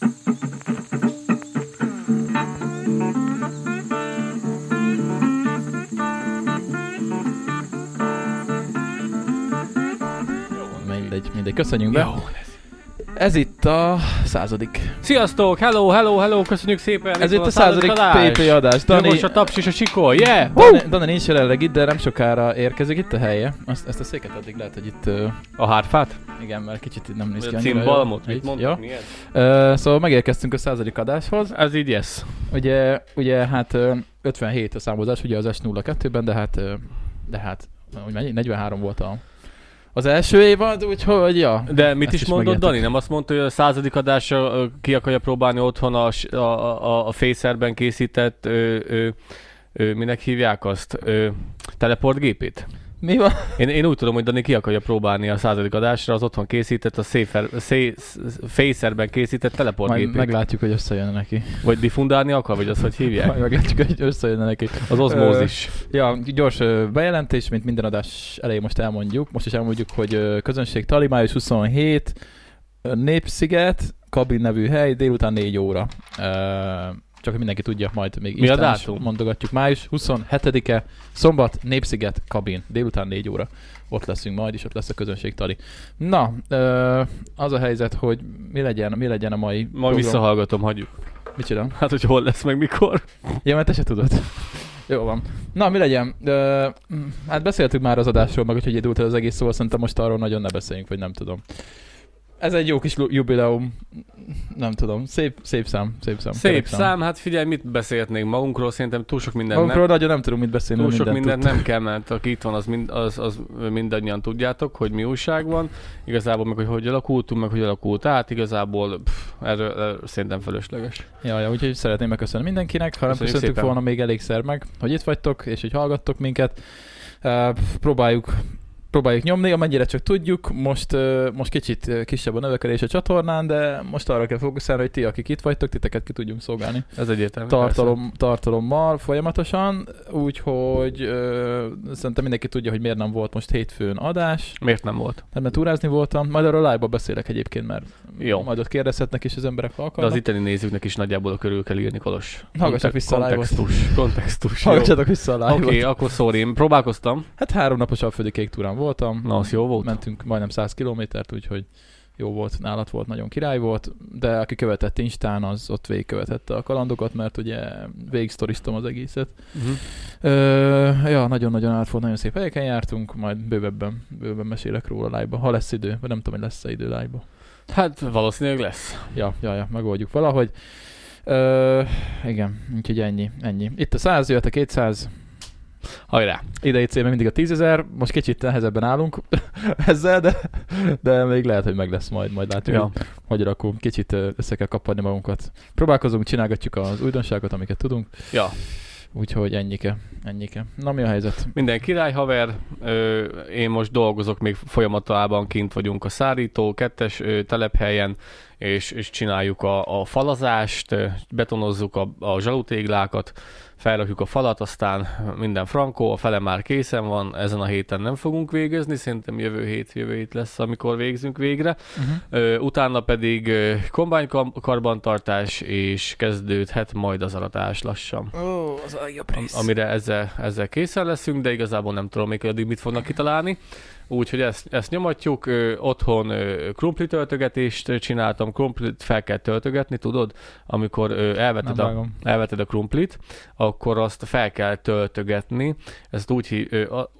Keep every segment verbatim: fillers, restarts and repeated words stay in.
Mindegy, mindegy. Köszönjünk be. Jó, ez itt a századik. Sziasztok! Hello, hello, hello! Köszönjük szépen! Ez itt a századik pé pé adás. Dani... Most a taps és a sikor, yeah! Dani, Dani nincs jelenleg itt, de nem sokára érkezik itt a helye. Azt, ezt a széket addig lehet, hogy itt... Uh... A hárfát? Igen, mert kicsit itt nem néz ki annyira. A cimbalmot? Mit mondtuk? Uh, szóval megérkeztünk a századik adáshoz. Ez így yes. Ugye, ugye hát uh, ötvenhét a számozás, ugye az es nulla kettőben, de hát, uh, de hát, hogy mennyi? negyvenhárom volt a... Az első évad, úgyhogy ja. De mit is, is mondott Dani? Nem azt mondta, hogy a századik adásra ki akarja próbálni otthon a, a, a, a Facerben készített, ö, ö, ö, minek hívják azt, ö, teleportgépét? Mi van? Én, én úgy tudom, hogy Dani ki akarja próbálni a századik adásra az otthon készített, a Safer, Facerben készített teleportgépét. Majd meglátjuk, hogy összejönne neki. Vagy diffundálni akar, vagy az, hogy hívják? Majd meglátjuk, hogy összejönne neki. Az ozmózis. Uh, ja, gyors bejelentés, mint minden adás elején most elmondjuk. Most is elmondjuk, hogy közönség tali, május huszonhét, Népsziget, Kabin nevű hely, délután négy óra. Uh, Csak hogy mindenki tudja, majd még Isten is mondogatjuk. május huszonhetedike, szombat, Népsziget, Kabin, délután négy óra. Ott leszünk majd, és ott lesz a közönség tali. Na, az a helyzet, hogy mi legyen, mi legyen a mai Majd program. Visszahallgatom, hagyjuk. Mit csinál? Hát, hogy hol lesz, meg mikor. Ja, mert te se tudod. Jó van. Na, mi legyen? Hát beszéltük már az adásról, meg hogy indult az egész, szóval szerintem most arról nagyon ne beszéljünk, vagy nem tudom. Ez egy jó kis jubileum, nem tudom, szép, szép szám, szép szám. Szép szám. szám, hát figyelj, mit beszélhetnénk magunkról, szerintem túl sok minden magunkról nem. nagyon nem tudunk mit beszélni. Túl sok mindent nem kell, mert aki itt van, az, mind, az, az mindannyian tudjátok, hogy mi újság van. Igazából meg, hogy hogy alakultunk, meg hogy alakult át, igazából pff, erről, erről szerintem fölösleges. Ja, ja, úgyhogy szeretném megköszönni mindenkinek, ha nem köszöntük szépen. Volna még elégszer meg, hogy itt vagytok, és hogy hallgattok minket. Uh, próbáljuk Próbáljuk nyomni, amennyire csak tudjuk. Most, uh, most kicsit kisebb a növekedés a csatornán, de most arra kell fókuszálni, hogy ti, akik itt vagytok, titeket ki tudjunk szolgálni. Ez egyértelmű. Tartalom, tartalommal folyamatosan, úgyhogy uh, szerintem mindenki tudja, hogy miért nem volt most hétfőn adás. Miért nem volt? Nem, mert túrázni voltam. Majd arról live-ba beszélek egyébként, mert jó. Majd ott kérdezhetnek is az emberek, ha akarnak. De az itteni nézőknek is nagyjából körül kell írni, Kolos. Hallgassak vissza a live-ot. Kontextus. Kontextus. Hallgassatok vissza a live-ot. Oké, okay, akkor sorry, én próbálkoztam. Hát három napos alföldi kék túrán voltam. Na, az jó volt. Mentünk majdnem száz kilométert, úgyhogy jó volt, nálat volt, nagyon király volt, de aki követett Instán, az ott végigkövetette a kalandokat, mert ugye végigsztoriztam az egészet. Uh-huh. Ö, ja, nagyon-nagyon át volt, nagyon szép helyeken jártunk, majd bővebben, bővebben mesélek róla live-ba, ha lesz idő, vagy nem tudom, hogy lesz-e idő live-ba. Hát valószínűleg lesz. Ja, ja, ja, megoldjuk valahogy. Ö, igen, úgyhogy ennyi, ennyi. Itt a száz, jöhet a kétszáz. Hajrá! Idei célben mindig a tízezer, most kicsit nehezebben állunk ezzel, de, de még lehet, hogy meg lesz majd, majd látjuk, ja. hogy, hogy akkor kicsit össze kell kapadni magunkat. Próbálkozunk, csinálgatjuk az újdonságokat, amiket tudunk. Ja. Úgyhogy ennyike, ennyike. Na, mi a helyzet? Minden király, haver. Ö, én most dolgozok, még folyamatában kint vagyunk a Szárító kettes ö, telephelyen, és, és csináljuk a, a falazást, betonozzuk a, a zsalutéglákat, felrakjuk a falat, aztán minden frankó, a fele már készen van, ezen a héten nem fogunk végezni, szerintem jövő hét, jövő hét lesz, amikor végzünk végre. Uh-huh. Ö, utána pedig kombány karbantartás, és kezdődhet majd az aratás lassan. Ó, oh, az a legjobb rész. Am- amire ezzel, ezzel készen leszünk, de igazából nem tudom még, hogy addig mit fognak kitalálni. Úgyhogy ezt, ezt nyomatjuk, ö, otthon ö, krumpli töltögetést csináltam, krumplit fel kell töltögetni, tudod? Amikor ö, elveted, a, elveted a krumplit, akkor azt fel kell töltögetni, ezt úgy hív, ö, a,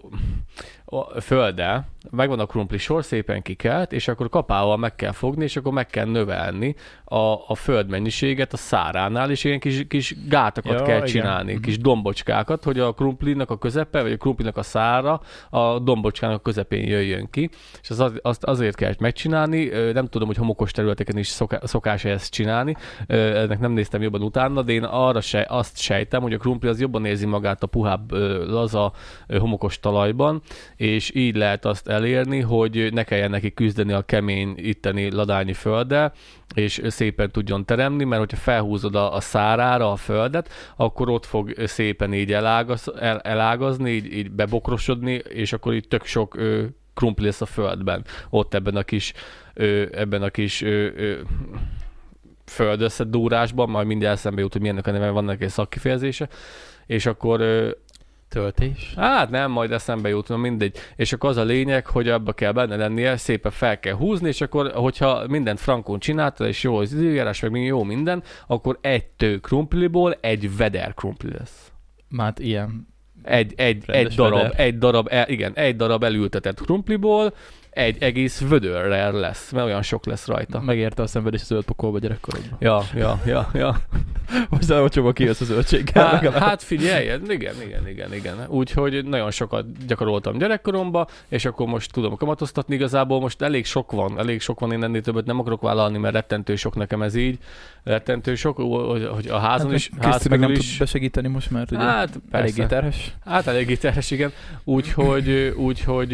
a földdel, megvan a krumpli sor, szépen kikelt, és akkor kapával meg kell fogni, és akkor meg kell növelni a, a földmennyiséget a száránál, és ilyen kis, kis gátakat ja, kell csinálni, igen. Kis dombocskákat, hogy a krumplinak a közepe, vagy a krumplinak a szára a dombocskának a közepén jöjjön ki, és az, azt azért kell megcsinálni, nem tudom, hogy homokos területeken is szoká, szokás ezt csinálni, ennek nem néztem jobban utána, de én arra se, azt sejtem, hogy a krumpli az jobban érzi magát a puhább, laza, homokos talajban, és így lehet azt elérni, hogy ne kelljen neki küzdeni a kemény itteni ladányi földdel, és szépen tudjon teremni, mert hogyha felhúzod a, a szárára a földet, akkor ott fog szépen így elágaz, el, elágazni, így, így bebokrosodni, és akkor így tök sok ö, krumpli lesz a földben, ott ebben a kis, ö, ebben a kis ö, ö, földösszedúrásban, majd mindjárt eszembe jut, hogy milyennek a neve, vannak egy szakkifejezése, és akkor töltés. Hát nem, majd eszembe jutna, mindegy. És akkor az a lényeg, hogy abba kell benne lennie, szépen fel kell húzni, és akkor, hogyha mindent frankon csináltad, és jó az időjárás, meg jó minden, akkor egy tő krumpliból egy veder krumpli lesz. Hát ilyen. Egy, egy, egy darab, veder. egy darab, el, igen, egy darab elültetett krumpliból egy egész vödörrel lesz, mert olyan sok lesz rajta. Megérte a szenvedés a zöld pokolba gyerekkorodban. Ja, ja, ja, ja. Most olcsóban kijössz a zöldséggel. Hát, hát figyelj, igen, igen, igen, igen. Úgyhogy nagyon sokat gyakoroltam gyerekkoromban, és akkor most tudom kamatoztatni igazából, most elég sok van, elég sok van, én ennél többet nem akarok vállalni, mert rettentő sok nekem ez így, rettentő sok, hogy a házon hát is, ház meg nem is. tud besegíteni most, mert ugye Hát, eléggé terhes. Hát eléggé terhes, igen. Úgyhogy, úgyhogy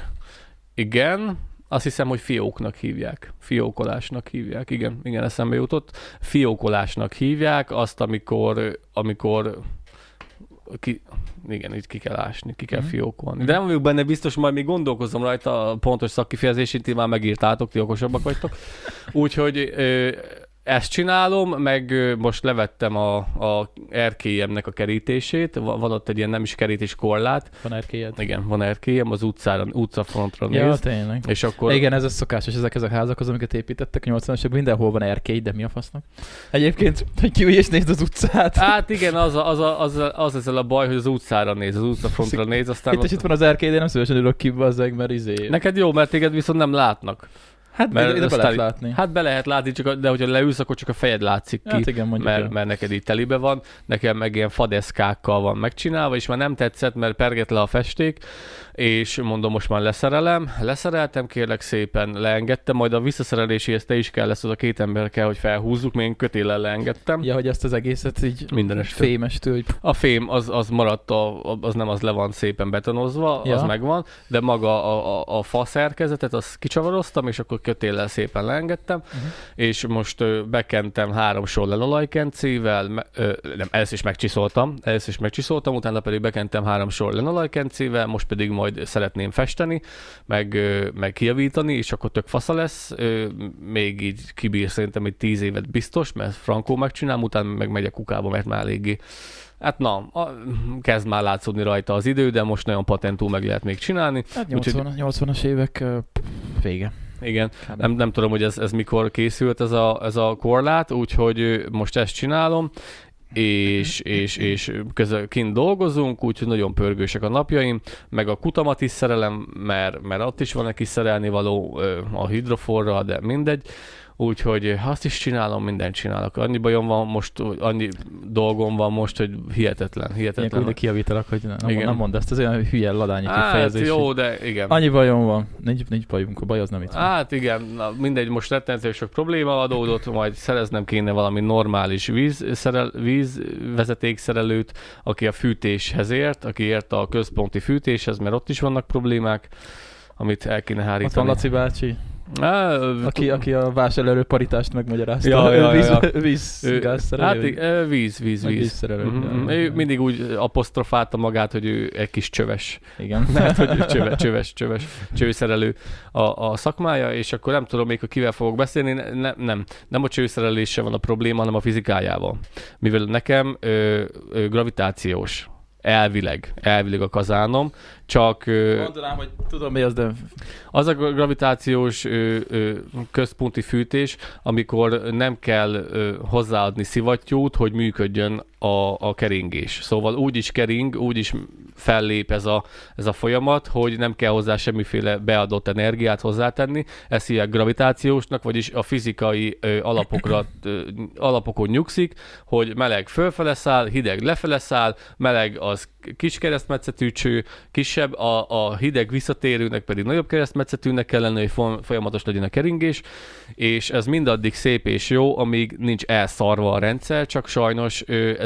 igen, azt hiszem, hogy fióknak hívják. Fiókolásnak hívják. Igen, igen, eszembe jutott. Fiókolásnak hívják azt, amikor, amikor ki, igen, így ki kell ásni, ki kell mm. fiókolni. De nem vagyok benne biztos, majd még gondolkozom rajta a pontos szakkifejezését, ti már megírtátok, ti okosabbak vagytok. Úgyhogy ö, ezt csinálom, meg most levettem a, a erkélyemnek a kerítését, van ott egy ilyen nem is kerítés korlát. Van erkélyed? Igen, van erkélyem, az utcára, utcafrontra néz. Ja, tényleg. És akkor... Igen, ez a szokásos, ezek ezek a házak, az, amiket építettek a nyolcvanas években, mindenhol van erkély, de mi a fasznak? Egyébként, hogy kiülj és nézd az utcát. Hát igen, az, a, az, a, az, a, az ezzel a baj, hogy az utcára néz, az utcafrontra néz, aztán... Itt ott... is itt van az erkély, de nem szívesen ülök ki, bazzeg, mert izé... Neked jó, mert téged viszont nem látnak. Hát mert ide be lehet látni. Hát be lehet látni, csak a, de hogyha leülsz, akkor csak a fejed látszik ki, hát igen, mert, mert neked így telibe van, nekem meg ilyen fadeszkákkal van megcsinálva, és már nem tetszett, mert perget le a festék, és mondom, most már leszerelem, leszereltem, kérlek szépen, leengedtem, majd a visszaszereléséhez te is kell, lesz, az a két ember kell, hogy felhúzzuk, még én kötéllel leengedtem. Ja, hogy ezt az egészet így mindenestől. Fémestől, hogy... A fém az, az maradt, a, az nem az le van szépen betonozva, ja. Az megvan, de maga a, a, a fa szerkezetet, azt kicsavaroztam, és akkor kötéllel szépen leengedtem, uh-huh. és most ö, bekentem három sor lenolajkencével, me, ö, nem, ezt is megcsiszoltam, ezt is megcsiszoltam, utána pedig bekentem három sor lenolajkencével, most pedig majd szeretném festeni, meg, ö, meg kijavítani, és akkor tök fasza lesz, ö, még így kibír szerintem egy tíz évet biztos, mert frankó megcsinálom, utána meg megy a kukába, mert már eléggé hát na, a, kezd már látszódni rajta az idő, de most nagyon patentú meg lehet még csinálni. Hát nyolcvan, úgy, nyolcvanas évek uh, vége. Igen, nem, nem tudom, hogy ez, ez mikor készült ez a, ez a korlát, úgyhogy most ezt csinálom, és, és, és közben kint dolgozunk, úgyhogy nagyon pörgősek a napjaim, meg a kutamat is szerelem, mert, mert ott is van egy kis szerelni való a hidroforral, de mindegy. Úgyhogy azt is csinálom, mindent csinálok. Annyi bajom van most, annyi dolgom van most, hogy hihetetlen, hihetetlen. Ilyenkor kijavítalak, hogy nem, nem mondd ezt, ez olyan hülye ladányi kifejezés. Hát jó, de igen. Annyi bajom van, nincs, nincs bajunk, a baj az nem itt van. Hát igen, na, mindegy, most rettentő sok probléma adódott, majd szereznem kéne valami normális vízszerel, vízvezetékszerelőt, aki a fűtéshez ért, aki ért a központi fűtéshez, mert ott is vannak problémák, amit el kéne hárítani. Ott van Laci bácsi. Á, aki, aki a vásárló paritást megmagyarázta. Ja, ja, víz, ja. víz gázszerelő. Hát víz, víz, víz. Mm-hmm. Ő mindig úgy apostrofálta magát, hogy ő egy kis csöves. Igen. Hát, hogy ő csöves, csöves, csöves, csőszerelő a, a szakmája, és akkor nem tudom még, hogy kivel fogok beszélni. Ne, nem, nem a csőszereléssel van a probléma, hanem a fizikájával. Mivel nekem ö, ö, gravitációs. Elvileg, elvileg a kazánom, csak... Mondanám, hogy tudom mi az, de... Az a gravitációs ö, ö, központi fűtés, amikor nem kell ö, hozzáadni szivattyút, hogy működjön a, a keringés. Szóval úgy is kering, úgy is fellép ez a, ez a folyamat, hogy nem kell hozzá semmiféle beadott energiát hozzátenni. Ezt hívják gravitációsnak, vagyis a fizikai ö, alapokra, ö, alapokon nyugszik, hogy meleg fölfele száll, hideg lefele száll, meleg az kis keresztmetszetű cső, kisebb, a, a hideg visszatérőnek pedig nagyobb keresztmetszetűnek kell lenni, hogy folyamatos legyen a keringés, és ez mindaddig szép és jó, amíg nincs elszarva a rendszer, csak sajnos ez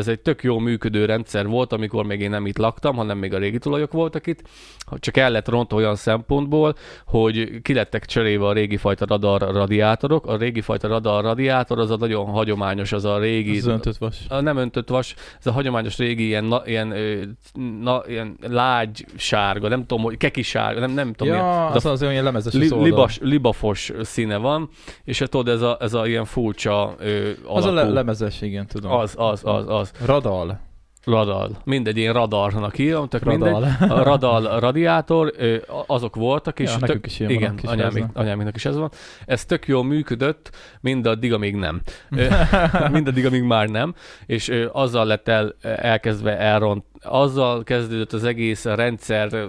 egy tök jó működő rendszer volt, amikor még én nem itt laktam, hanem még a régi tulajok voltak itt. Csak el lett rontva olyan szempontból, hogy ki lettek cserélve a régi fajta radar radiátorok. A régi fajta radar radiátor az a nagyon hagyományos, az a régi... Az öntött vas. A nem öntött vas, ez a hagyományos régi ilyen, na, ilyen, na, ilyen lágy sárga, nem tudom, hogy keki sárga, nem, nem tudom. Ja, ilyen, az az olyan lemezes li, oldal. libas, libafos színe van, és tudod, ez a, ez a ilyen furcsa ö, alakú. Az a le- lemezes, igen, tudom. Az, az, az, az. Radal. Radal. Mindegy, én radarnak írom, tök Radal. mindegy. A radal radiátor, ö, azok voltak, és Ja, tök, nekünk is ilyen igen, van, anyámik, anyámiknak is ez van. Ez tök jól működött, mindaddig, amíg nem. mindaddig, amíg már nem, és ö, azzal lett el, elkezdve elront, azzal kezdődött az egész rendszer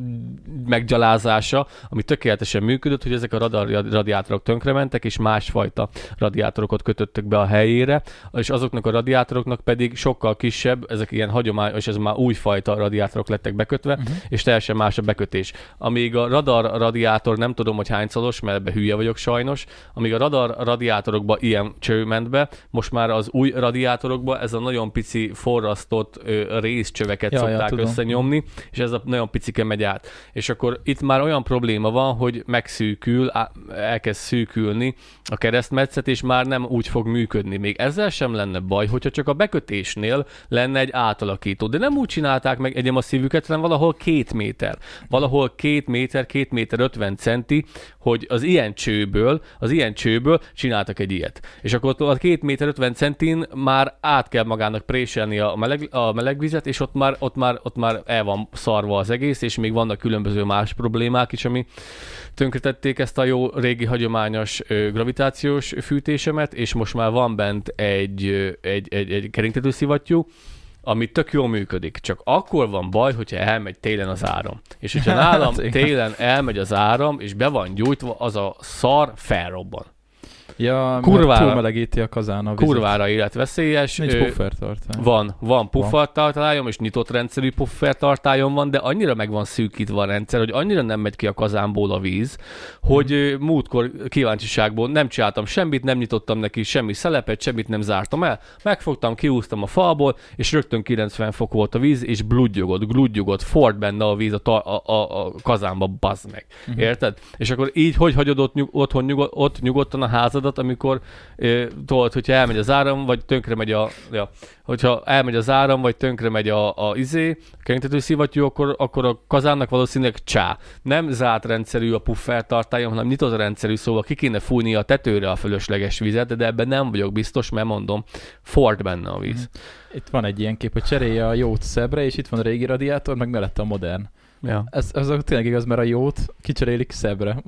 meggyalázása, ami tökéletesen működött, hogy ezek a radar radiátorok tönkrementek, és másfajta radiátorokat kötöttek be a helyére, és azoknak a radiátoroknak pedig sokkal kisebb, ezek ilyen hagyományos, és ez már újfajta radiátorok lettek bekötve, uh-huh. és teljesen más a bekötés. Amíg a radar radiátor, nem tudom, hogy hányszoros, mert ebbe hülye vagyok sajnos, amíg a radar radiátorokba ilyen cső ment be, most már az új radiátorokba ez a nagyon pici forrasztott ö, részcsöveket ja, szokták ja, összenyomni, és ez a nagyon picike megy át. És akkor itt már olyan probléma van, hogy megszűkül, elkezd szűkülni a keresztmetszet, és már nem úgy fog működni. Még ezzel sem lenne baj, hogyha csak a bekötésnél lenne egy átalakító. De nem úgy csinálták meg egyem a szívüket, hanem valahol két méter. Valahol két méter, két méter ötven centi, hogy az ilyen csőből, az ilyen csőből csináltak egy ilyet. És akkor a két méter ötven centin már át kell magának préselni a meleg, a melegvizet, és ott már, ott, már, ott már el van szarva az egész, és még vannak különböző más problémák is, ami tönkretették ezt a jó régi hagyományos ö, gravitációs fűtésemet, és most már van bent egy, ö, egy, egy, egy keringtetőszivattyú, ami tök jól működik. Csak akkor van baj, hogyha elmegy télen az áram. És hogyha nálam télen elmegy az áram, és be van gyújtva, az a szar felrobban. Ja, kurvára, túlmelegíti a kazán a vizet. Kurvára életveszélyes. Nincs puffertartály. Van, van puffertartályom, és nyitott rendszerű puffertartályom van, de annyira meg van szűkítve a rendszer, hogy annyira nem megy ki a kazánból a víz, hogy hmm. múltkor kíváncsiságból nem csináltam semmit, nem nyitottam neki semmi szelepet, semmit nem zártam el. Megfogtam, kiúztam a falból, és rögtön kilencven fok volt a víz, és bludjogott, gludjogott, forrt benne a víz a, ta- a, a, a kazánba, bazd meg. Hmm. Érted? És akkor így, hogy hagyod ott, nyug- otthon nyugod- ott nyugodtan a házad, amikor eh, tudod, hogyha elmegy az áram, vagy tönkre megy a, ja, hogyha elmegy az áram, vagy tönkre megy a, a izé, keringtető szivattyú, akkor, akkor a kazánnak valószínűleg csá. Nem zárt rendszerű a puffertartályom, hanem nyitott rendszerű, szóval ki kéne fújni a tetőre a fölösleges vizet, de ebben nem vagyok biztos, mert mondom, forrt benne a víz. Itt van egy ilyen kép, hogy cserélje a jót szebbre, és itt van a régi radiátor, meg mellette a modern. Ja. Ez, ez tényleg igaz, mert a jót kicserélik szebbre.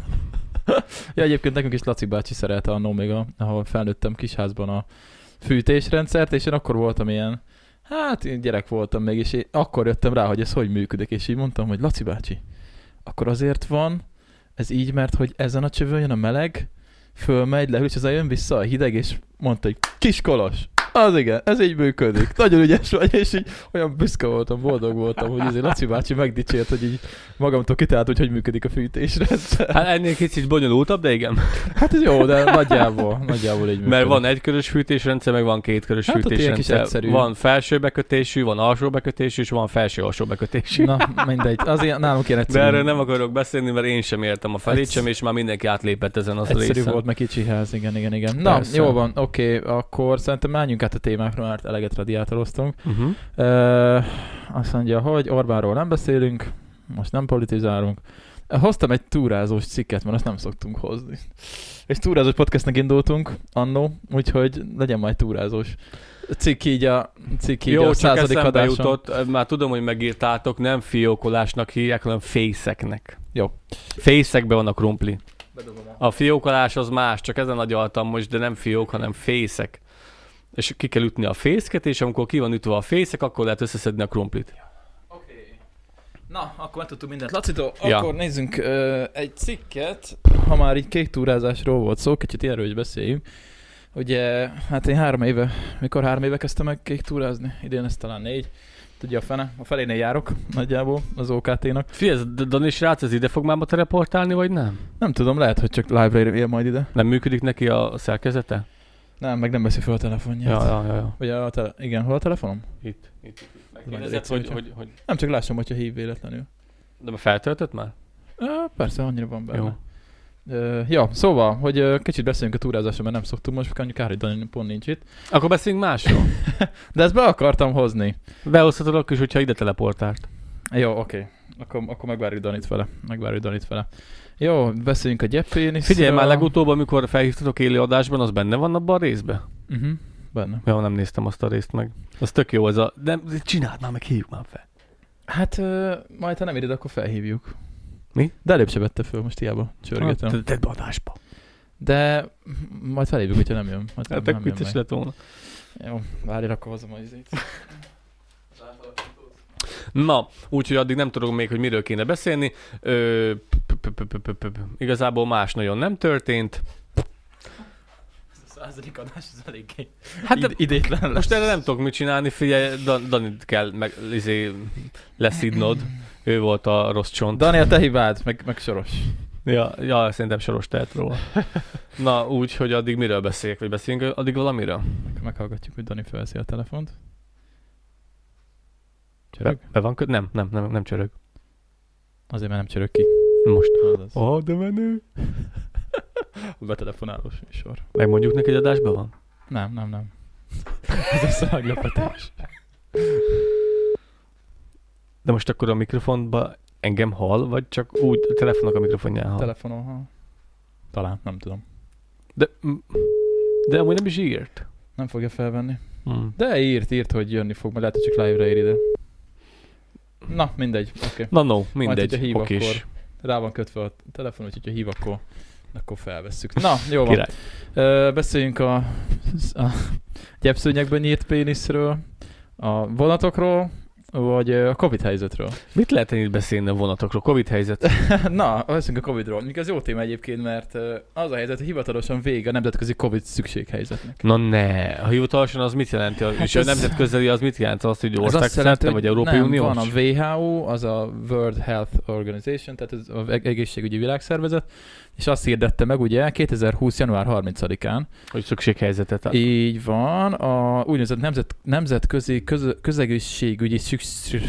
Ja, egyébként nekünk is Laci bácsi szerelte annó még, a, ahol felnőttem kisházban a fűtésrendszert, és én akkor voltam ilyen, hát én gyerek voltam még, és én akkor jöttem rá, hogy ez hogy működik, és így mondtam, hogy Laci bácsi, akkor azért van ez így, mert hogy ezen a csövön jön a meleg, fölmegy, leül, és ezzel jön vissza a hideg, és mondta, hogy kiskolos. Az igen, ez így működik. Nagyon ügyes vagy, és így olyan büszke voltam, boldog voltam, hogy azért Laci bácsi megdicsért, hogy így magamtól kitalált, hogy hogy működik a fűtésrendszer. Hát ennél kicsit bonyolultabb, de igen. Hát ez jó, de nagyjából, nagyjából így működik. Mert van egykörös fűtésrendszer, meg van kétkörös hát fűtésrendszer. Van felső bekötésű, van alsó bekötésű, és van felső-alsó bekötésű. Na, mindegy. Azért nálunk ilyen egyszerű. De erről nem akarok beszélni, mert én sem értem a felét sem, és már mindenki átlépett ezen az egyszerű részen. volt, meg kicsi ház, igen, igen, igen. Na, persze. Jó van, oké, okay, akkor szerintem menjünk át a témákról, mert eleget radiátoroztunk. Uh-huh. Uh, azt mondja, hogy Orbánról nem beszélünk, most nem politizálunk. Hoztam egy túrázós cikket, mert azt nem szoktunk hozni. És túrázós podcastnek indultunk annó, úgyhogy legyen majd túrázós cikk így a, cikk így jó, a századik adáson. Jó, csak jutott, már tudom, hogy megírtátok, nem fiókolásnak hívják, hanem fészeknek. Jó. Fészekben van a krumpli. A fiókolás az más, csak ezen agyaltam most, de nem fiók, hanem fészek. És ki kell ütni a fészket, és amikor ki van ütve a fészek, akkor lehet összeszedni a krumplit. Oké. Okay. Na, akkor megtudtuk mindent. Lacitó, ja. Akkor nézzünk uh, egy cikket, ha már így kék túrázásról volt szó, kicsit erről is beszéljünk. Ugye, hát én három éve, mikor három éve kezdtem meg kék túrázni? Idén ez talán négy. Tudja a fene, a felénél járok nagyjából az ó ká té-nak. Figyelj, Dani srác, ez ide fog már teleportálni, vagy nem? Nem tudom, lehet, hogy csak live-ra ér majd ide. Nem működik neki a szerkezete? Nem, meg nem veszi fel a telefonját. Ja, ja, ja. ja. Vagy a tele... Igen, hol a telefonom? Itt, itt, itt. Megkérdezed, hogy, hogy, hogy... Nem, csak lássam, hogyha hív véletlenül. De feltöltött már? Á, persze, annyira van benne. Jó. Uh, ja, szóval, hogy uh, kicsit beszéljünk a túrázásról, mert nem szoktunk most, mondjuk kár, hogy Dani pont nincs itt. Akkor beszéljünk másról. De ezt be akartam hozni. Behozhatod akkor is, hogyha ide teleportált. Jó, oké. Okay. Akkor, akkor megvárjuk Danit vele. Megvárjuk Danit vele. Jó, beszéljünk a gyepéniszről. Figyelj, már legutóbb, amikor felhívtatok élő adásban, az benne van abban a részben? Uh-huh. Benne. Jó, nem néztem azt a részt meg. Az tök jó, ez a... De csináld már meg, hívjuk már fel. Hát, uh, majd ha nem írod, akkor felhívjuk. Mi? De előbb se vette föl, most hiába csörgetem. Hát, tedd be adásba. De majd felhívjuk, hogyha nem jön. Majd Hát nem vicces lett volna. Jó, várj, akkor hozom az izét. Na, úgyhogy addig nem tudom még, hogy miről kéne beszélni. Ö, p- p- p- p- p- igazából más nagyon nem történt. A századik adás az eléggé Hát id- idétlen lesz. Most erre nem tudok mit csinálni, figyelj, Dan- Danit kell meg, izé, leszidnod. Ő volt a rossz csont. Dani, a te hibád, meg, meg Soros. Ja, ja, szerintem Soros tehet róla. Na, úgy, hogy addig miről beszéljek, vagy beszéljünk addig valamiről? Meg, meghallgatjuk, hogy Dani felveszi a telefont. Be, Csörög? be van kö... Nem, nem, nem, nem csörög. Azért, mert nem csörög ki. Most. Az Ó, oh, de menő. Betelefonálós műsor. Megmondjuk neki, hogy adásban van? Nem, nem, nem. Ez össze meglepetés. De most akkor a mikrofonba engem hall, vagy csak úgy a telefonok a mikrofonján hall? Telefonon, ha... Talán, nem tudom. De, de amúgy nem is írt. Nem fogja felvenni. Hmm. De írt, írt, hogy jönni fog, mert lehet, hogy csak live-ra ér ide. Na, mindegy, oké. Okay. Na no, mindegy, Majd, hív, oké akkor is. rá van kötve a telefon, úgyhogy ha hív, akkor, akkor felvesszük. Na, jó van. Király. Ö, beszéljünk a, a gyepszőnyegben nyírt péniszről, a vonatokról, vagy a Covid helyzetről. Mit lehet itt beszélni a vonatokról? Covid helyzet? Na, beszéljünk a Covidról. Míg az jó téma egyébként, mert az a helyzet, hogy hivatalosan vége a nemzetközi Covid szükséghelyzetnek. Na ne, a hivatalosan az mit jelenti? Hát és ez... a nemzetközeli az mit jelent? Azt, hogy országszerte vagy Európai nem, Uniós? Van a W H O, az a World Health Organization, tehát ez az egészségügyi világszervezet, és azt hirdette meg ugye kétezer-húsz. január harmincadikán. Hogy szükséghelyzetet ad. Így van, a úgynevezett nemzet, nemzetközi köz, közegészségügyi szükség...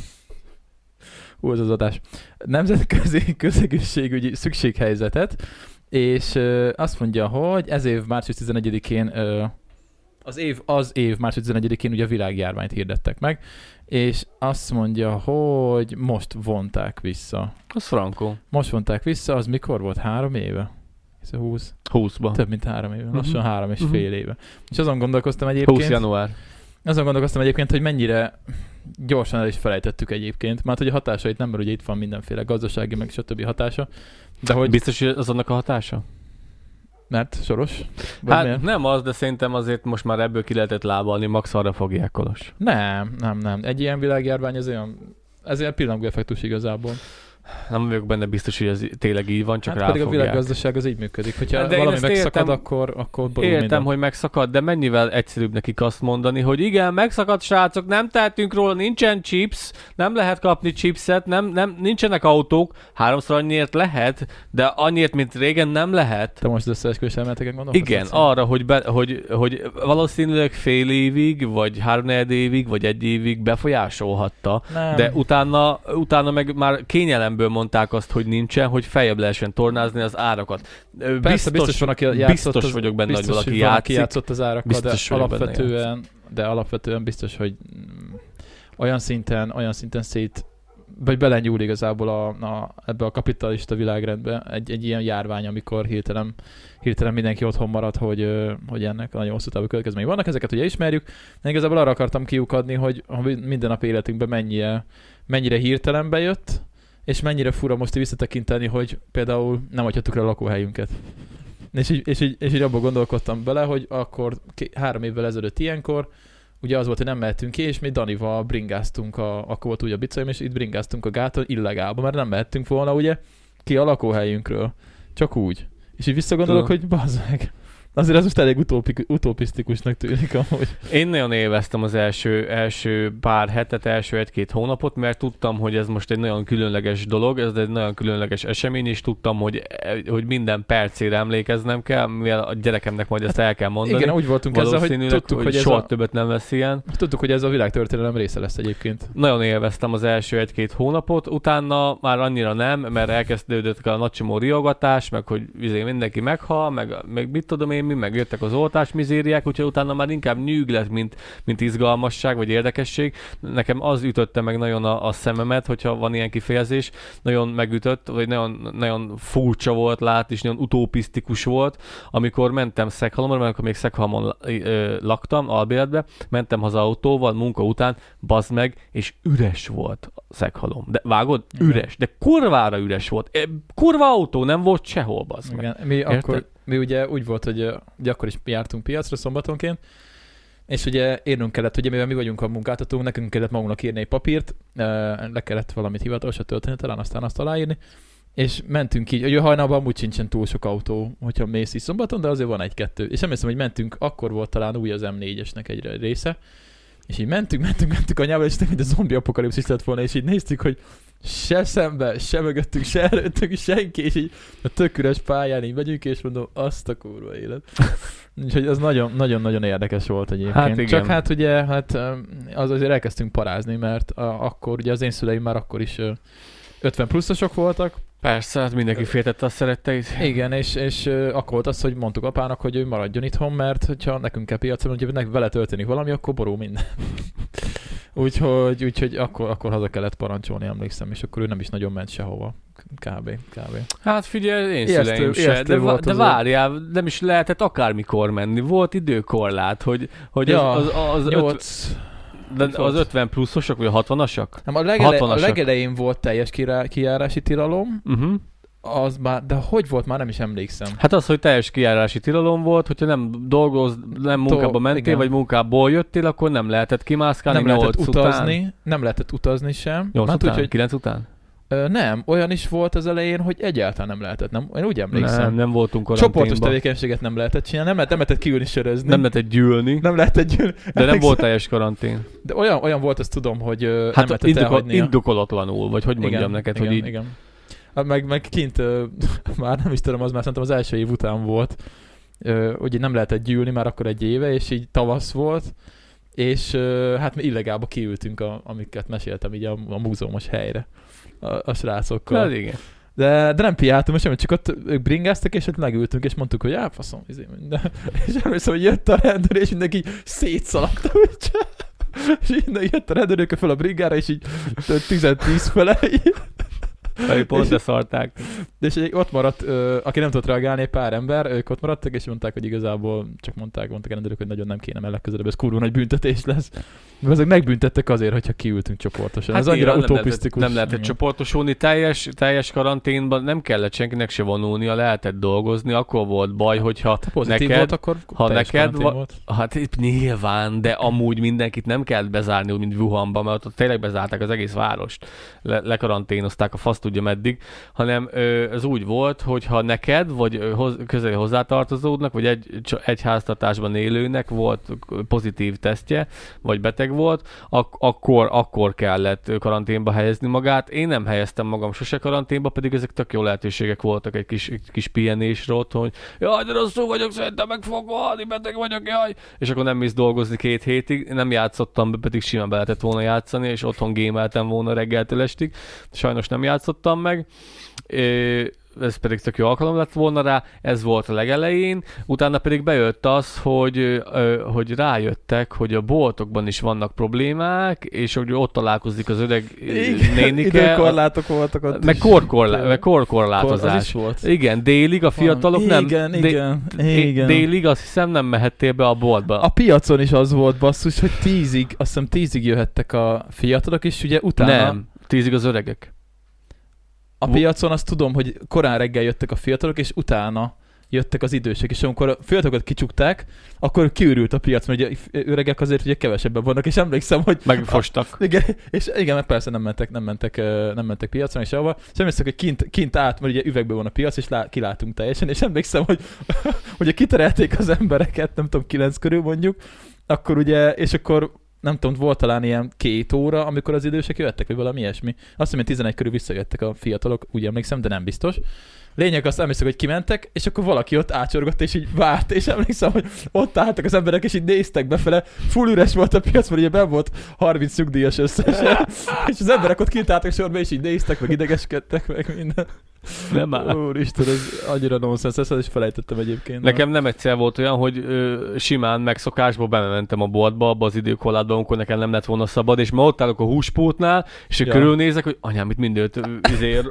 Hú, az az adás. Nemzetközi közegészségügyi szükséghelyzetet, és ö, azt mondja, hogy ez év március tizenegyedikén, ö, az év, az év március tizenegyedikén ugye a világjárványt hirdettek meg, és azt mondja, hogy most vonták vissza. Az frankó. Most vonták vissza, az mikor volt? Három éve? Ez a húsz. húszban. Több mint három éve. Lassan Uh-huh. három és Uh-huh. fél éve. És azon gondolkoztam egyébként... húsz január. Azon gondolkoztam egyébként, hogy mennyire gyorsan el is felejtettük egyébként. Mert hogy a hatásait nem, mert ugye itt van mindenféle gazdasági, meg stb. Hatása. De hogy... Biztos, hogy az annak a hatása? Mert Soros? Vagy Hát miért? nem az, de szerintem azért most már ebből ki lehetett lábalni, max arra fogják Kolos. Nem, nem, nem. Egy ilyen világjárvány az olyan... Ez ilyen pillangó effektus igazából. Nem vagyok benne biztos, hogy ez tényleg így van, csak Hát rá pedig a fogják. világgazdaság az így működik. Hogyha De én valami ezt megszakad, értem- akkor, akkor borul Értem, minden. hogy megszakad, de mennyivel egyszerűbb nekik azt mondani, hogy igen, megszakadt srácok, nem tehetünk róla, nincsen chips, nem lehet kapni chipset, nem, nem, nincsenek autók, háromszor annyiért lehet, de annyiért, mint régen nem lehet. Te most az összeesküvés elméleteken gondolkozol? Igen, arra, hogy, be, hogy, hogy valószínűleg fél évig, vagy háromnegyed évig, vagy egy évig befolyásolhatta, Nem. de utána, utána meg már kényelemből mondták azt, hogy nincsen, hogy feljebb lehessen tornázni az árakat. Ö, Persze, biztos van, aki játszott, biztos az, vagyok benne, biztos, hogy valaki hogy van, aki játszik. játszott az árakkal, Biztos de vagyok benne, alapvetően, de alapvetően biztos, hogy mm, olyan szinten, olyan szinten szét, vagy belenyúl igazából a, a, ebbe a kapitalista világrendbe egy, egy ilyen járvány, amikor hirtelen, hirtelen mindenki otthon marad, hogy, ö, hogy ennek nagyon hosszú távú következményei vannak. Ezeket ugye ismerjük, de igazából arra akartam kiukadni, hogy minden nap életünkben mennyire, mennyire hirtelen bejött, és mennyire fura most visszatekinteni, hogy például nem hagyhattuk rá a lakóhelyünket. És így, és, így, és így abban gondolkodtam bele, hogy akkor ké- három évvel ezelőtt ilyenkor, ugye az volt, hogy nem mehetünk ki, és mi Danival bringáztunk, a, akkor volt ugye a bicajom, és itt bringáztunk a gáton illegálba, mert nem mehettünk volna ugye ki a lakóhelyünkről. Csak úgy. És így visszagondolok, Tudom. hogy bazd meg. azért az most elég utópik, utopisztikusnak tűnik amúgy. Én nagyon élveztem az első, első pár hetet, első egy-két hónapot, mert tudtam, hogy ez most egy nagyon különleges dolog, ez egy nagyon különleges esemény, és tudtam, hogy, hogy minden percére emlékeznem kell, mivel a gyerekemnek majd ezt el kell mondani. Igen, úgy voltunk ezzel, hogy tudtuk, hogy, hogy ez soha a... többet nem lesz ilyen. Tudtuk, hogy ez a világtörténelem része lesz egyébként. Nagyon élveztem az első egy-két hónapot, utána már annyira nem, mert elkezdődött a nagy csomó riogatás, meg hogy izé mindenki meghal, meg, meg mit tudom én mi, meg jöttek az oltás mizériák, úgyhogy utána már inkább nyűg lett, mint, mint izgalmasság, vagy érdekesség. Nekem az ütötte meg nagyon a, a szememet, hogyha van ilyen kifejezés, nagyon megütött, vagy nagyon, nagyon furcsa volt látni, és nagyon utopisztikus volt, amikor mentem Szekhalomra, mert akkor még Szekhalomon laktam, albéletbe, mentem haza autóval, munka után, bazd meg, és üres volt Szekhalom. De vágod? Üres. De kurvára üres volt. Kurva autó nem volt sehol, bazd meg. Igen, mi, akkor, mi ugye úgy volt, hogy ugye akkor is jártunk piacra szombatonként, és ugye írnunk kellett, ugye mivel mi vagyunk a munkáltatók, nekünk kellett magunknak írni egy papírt, le kellett valamit hivatalosat tölteni talán, aztán azt aláírni, és mentünk így, ugye hajnalban amúgy sincsen túl sok autó, hogyha mész is szombaton, de azért van egy-kettő. És emlékszem, hogy mentünk, akkor volt talán új az em négyesnek egy része, és így mentünk, mentünk, mentünk anyával, és mint a zombi apokalipszis lett volna, és így néztük, hogy se szembe, se mögöttünk, se előttünk, senki, és így a tök üres pályán így megyünk, és mondom, azt a kurva élet. Úgyhogy az nagyon-nagyon érdekes volt egyébként. Hát igen. Csak hát ugye, hát az azért elkezdtünk parázni, mert a, akkor ugye az én szüleim már akkor is ötven pluszosok voltak. Persze, hát mindenki féltette a szeretteit. Igen, és, és akkor volt az, hogy mondtuk apának, hogy ő maradjon itthon, mert hogyha nekünk kell piacon, hogy neki vele történik valami, akkor borul minden. úgyhogy, úgyhogy akkor, akkor haza kellett parancsolni, emlékszem, és akkor ő nem is nagyon ment sehova. Kb. Kb. Hát figyelj, én ijesztő, szüleim se, de, va- de várjál, nem is lehetett akármikor menni. Volt időkorlát, hogy, hogy ja, az, az, az, nyolc... De az ötven pluszosok, vagy a hatvanosok? Nem, a, legele, a legelején volt teljes kirá, kijárási tilalom, uh-huh. az már, de hogy volt, már nem is emlékszem. Hát az, hogy teljes kijárási tilalom volt, hogyha nem dolgoz, nem munkába mentél, igen. vagy munkából jöttél, akkor nem lehetett kimászkálni. Nem lehetett utazni, után. nem lehetett utazni sem. nyolc után? Úgy, hogy kilenc után? Ö, nem, olyan is volt az elején, hogy egyáltalán nem lehetett, nem? Én úgy emlékszem. Nem, nem voltunk karanténba. Csoportos tevékenységet nem lehetett csinálni, nem, lehet, nem lehetett kiülni sörözni. Nem lehetett gyűlni. Nem lehetett gyűlni. De nem volt teljes karantén. De olyan, olyan volt, ezt tudom, hogy hát nem lehetett indokol, elhagynia. Indokolatlanul, vagy hogy mondjam igen, neked, igen, hogy így... Igen. Meg, meg kint, uh, már nem is tudom, az már szerintem az első év után volt, uh, hogy nem lehetett gyűlni már akkor egy éve, és így tavasz volt, és uh, hát mi illegálba kiültünk, a, amiket meséltem így a, a múzeumos helyre a, a srácokkal. Hát igen. De, de nem piáltunk, és csak ott ők bringáztak, és ott megültünk, és mondtuk, hogy á, faszom, izé, minden. És emlékszem, hogy jött a rendőr, és mindenki szétszalagta, és innen jött a rendőrök fel a bringára, és így tíz fele, Pedig pont de szarták. És ott maradt, ö, aki nem tudott reagálni, egy pár ember, ők ott maradtak, és mondták, hogy igazából csak mondták, mondták a rendőrök, hogy nagyon nem kéne, mert legközelebb ez kurva nagy büntetés lesz. Mert ezek megbüntettek azért, hogyha kiültünk csoportosan. Hát ez annyira utopisztikus. Nem lehetett, lehetett csoportosulni, teljes, teljes karanténban nem kellett senkinek se vonulnia, lehetett dolgozni, akkor volt baj, hogyha ha neked, volt, akkor ha neked va- volt. Hát itt nyilván, de amúgy mindenkit nem kellett bezárni, úgy, mint Wuhanban, mert ott tényleg bezárták az egész várost, Le- lekaranténozták a fasz tudja meddig, hanem ö, ez úgy volt, hogy ha neked, vagy ö, hoz, közel hozzátartozódnak, vagy egy, egy háztartásban élőnek volt pozitív tesztje, vagy beteg volt, ak- akkor, akkor kellett karanténba helyezni magát. Én nem helyeztem magam sose karanténba, pedig ezek tök jó lehetőségek voltak egy kis, egy kis pihenésre otthon, hogy jaj, de rosszul vagyok, szerintem meg fogok halni, beteg vagyok, jaj. És akkor nem mész dolgozni két hétig, nem játszottam be, pedig simán be lehetett volna játszani, és otthon gémeltem volna reggeltől estig. Sajnos nem játszottam meg. É, ez pedig tök jó alkalom lett volna rá, ez volt a legelején, utána pedig bejött az, hogy, hogy rájöttek, hogy a boltokban is vannak problémák, és hogy ott találkozik az öreg nénike. Időkorlátok voltak ott meg, korkorlá, meg korkorlátozás. Az is volt. Igen, délig a fiatalok igen, nem... Igen, dé, igen. Délig azt hiszem nem mehettél be a boltba. A piacon is az volt basszus, hogy tízig, azt hiszem tízig jöhettek a fiatalok, és ugye utána... Nem, tízig az öregek. A piacon azt tudom, hogy korán reggel jöttek a fiatalok, és utána jöttek az idősek, és amikor a fiatalokat kicsukták, akkor kiürült a piac, mert ugye öregek azért ugye kevesebben vannak, és emlékszem, hogy... Megfostak. A, igen, és igen, mert persze nem mentek, nem mentek, nem mentek piacra, és ahova, és emlékszem, hogy kint, kint át, mert ugye üvegben van a piac, és lá, kilátunk teljesen, és emlékszem, hogy ugye kiterelték az embereket, nem tudom, kilenc körül mondjuk, akkor ugye, és akkor nem tudom, volt talán ilyen két óra, amikor az idősek jöttek, vagy valami ilyesmi. Azt hiszem, tizenegy körül visszajöttek a fiatalok, úgy emlékszem, de nem biztos. Lényeg azt emlékszem, hogy kimentek, és akkor valaki ott ácsorgott, és így várt, és emlékszem, hogy ott álltak az emberek, és így néztek befele. Full üres volt a piac, mert ugye benn volt harminc nyugdíjas összesen, és az emberek ott kint álltak sorba, és így néztek, meg idegeskedtek, meg minden. Nem áll. Úristen, ez annyira nonsens, ezt is felejtettem egyébként. Nekem nem egyszer volt olyan, hogy ö, simán megszokásból bementem a boltba, abba az időkorlátban, amikor nekem nem lett volna szabad, és ma ott állok a húspótnál, és ja. körülnézek, hogy anyám, itt mindőt izé,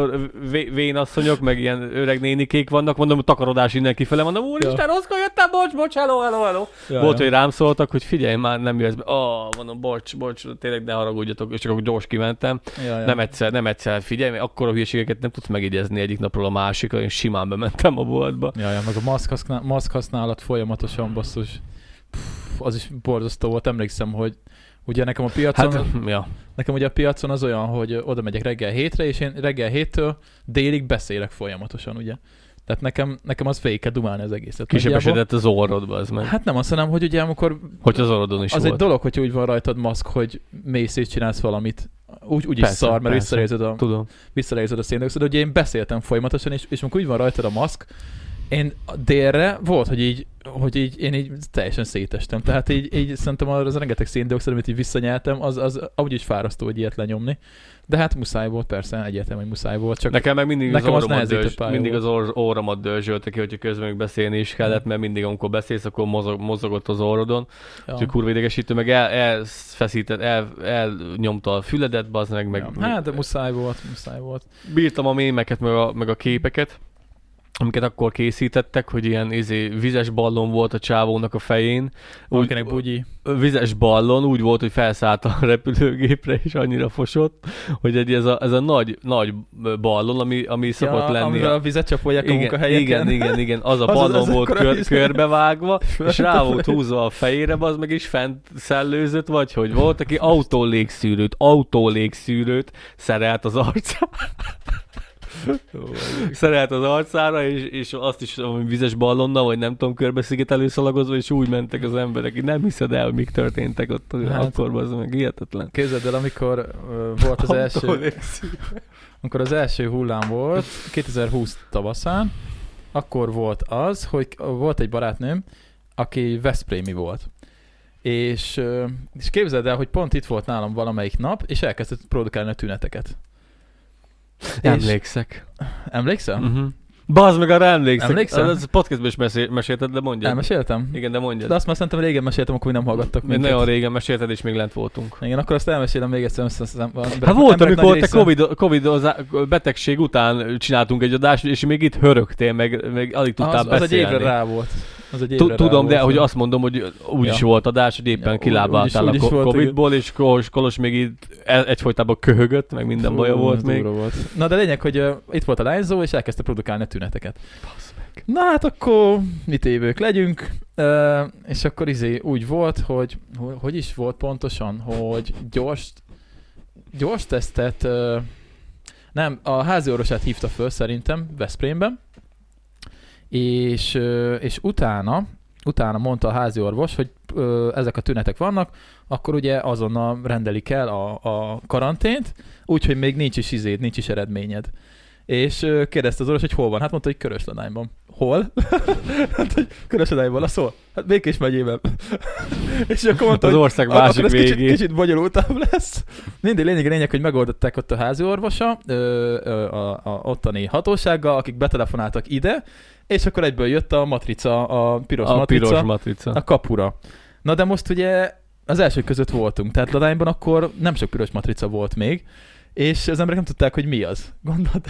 vénasszonyok, meg ilyen öreg nénikék vannak, mondom, takarodás innen kifele, mondom, úristen, ja. rosszkor jöttem, bocs, bocs, hello, hello, hello. Ja, volt, ja. hogy rám szóltak, hogy figyelj, már nem jössz be, oh, mondom, bocs, bocs, tényleg ne haragudjatok, és csak akkor gyors kimentem. Ja, ja. Nem egyszer, nem egyszer, figyelj, mert akkora hülyeségeket nem tudsz megidézni egyik napról a másikra, én simán bementem a boltba. Ja, ja, meg a maszk, használ, maszk használat folyamatosan, basszus. Pff, az is borzasztó volt, emlékszem, hogy ugye nekem a piacon, hát, ja. nekem ugye a piacon az olyan, hogy oda megyek reggel hétre, és én reggel héttől délig beszélek folyamatosan, ugye. Tehát nekem, nekem az végig kell dumálni az egészet. Kisebesedett az orrodba, ez meg. Hát nem azt mondom, hogy ugye amikor... Hogy az orrodon is az volt. egy dolog, hogy úgy van rajtad maszk, hogy mész és csinálsz valamit. Úgy, úgy persze, is szar, mert visszarézed a, Tudom. visszarézed a széndioxidot. Ugye én beszéltem folyamatosan, és, és amikor úgy van rajtad a maszk, én délre volt, hogy így, hogy így én így teljesen szétestem. Tehát így, így szerintem az rengeteg széndioxid, amit így visszanyeltem, az, az úgy is fárasztó, hogy ilyet lenyomni. De hát muszáj volt, persze, egyértelmű, hogy muszáj volt. Csak nekem meg mindig nekem az, az, az, dörzs, mindig az orr, orromat dörzsölte ki, hogyha közben még beszélni is kellett, mert mindig amikor beszélsz, akkor mozog, mozogott az orrodon. Ja. Úgyhogy kurva idegesítő, meg el, elfeszített, el, elnyomta a füledet, bazd meg. meg ja. Hát de muszáj volt, muszáj volt. Bírtam a mémeket, meg a, meg a képeket, amiket akkor készítettek, hogy ilyen izé, vizes ballon volt a csávónak a fején. Úgy, bugyi. Vizes ballon, úgy volt, hogy felszállt a repülőgépre, és annyira fosott, hogy egy, ez, a, ez a nagy, nagy ballon, ami, ami ja, szokott lenni. Amivel a vizet csapolják a munkahelyeken. Igen, igen, igen, az a ballon az az volt kör, körbevágva, és rá volt húzva a fejére, az meg is fent szellőzött, vagy hogy volt, aki autólégszűrőt, autólégszűrőt szerelt az arcára. Szerelt az arcára, és, és azt is ami vizes ballonnal, vagy nem tudom, körbeszigetelő szalagozva, és úgy mentek az emberek. Nem hiszed el, hogy mik történtek ott hát, akkor, az meg hihetetlen. Képzeld el, amikor uh, volt az első amikor az első hullám volt, kétezer-húsz tavaszán, akkor volt az, hogy volt egy barátnőm, aki veszprémi volt. És, és képzeld el, hogy pont itt volt nálam valamelyik nap, és elkezdett produkálni a tüneteket. Emlékszek. Emlékszel? Uh-huh. Bazd meg, arra emlékszek. Emlékszel? Az podcastban is mesél, mesélted, de mondjad. Elmeséltem? Igen, de mondjad. De azt már szerintem régen meséltem, akkor nem hallgattak minket. Nagyon régen mesélted, és még lent voltunk. Igen, akkor azt elmesélem még egyszer. Hát volt, amikor te COVID, COVID betegség után csináltunk egy adást, és még itt hörögtél, meg, meg alig tudtál az, beszélni. Az egy évre rá volt. Az egy évre Tudom, rá de volt, hogy azt mondom, hogy úgy ja. is volt adás, hogy éppen ja, kilábáltál úgy, úgy a Covidból, és Kolos, Kolos még itt egyfolytában köhögött, meg minden Fú, baja volt még. Volt. Na de lényeg, hogy uh, itt volt a lányzó, és elkezdte produkálni a tüneteket. Na hát akkor mit évők legyünk, uh, és akkor izé úgy volt, hogy hogy is volt pontosan, hogy gyors, gyors tesztet, uh, nem, a házi orvosát hívta föl szerintem Veszprémben, és, uh, és utána, utána mondta a házi orvos, hogy uh, ezek a tünetek vannak, akkor ugye azonnal rendelik el a, a karantént, úgyhogy még nincs is izéd, nincs is eredményed. És uh, kérdezte az orvos, hogy hol van. Hát mondta, hogy Körösladányban. Hol? Hát, hogy Körösladányban, az hol? Hát Békés megyében. És akkor mondta, az ország hogy másik akkor ez végén. Kicsit, kicsit bonyolultabb lesz. Mindig lényeg, lényeg, hogy megoldották ott a házi orvosa, ö, ö, a, a ottani hatósággal, akik betelefonáltak ide, és akkor egyből jött a matrica, a piros, a matrica, piros matrica a kapura. Na de most ugye az első között voltunk, tehát Ladányban akkor nem sok piros matrica volt még, és az emberek nem tudták, hogy mi az. Gondolod?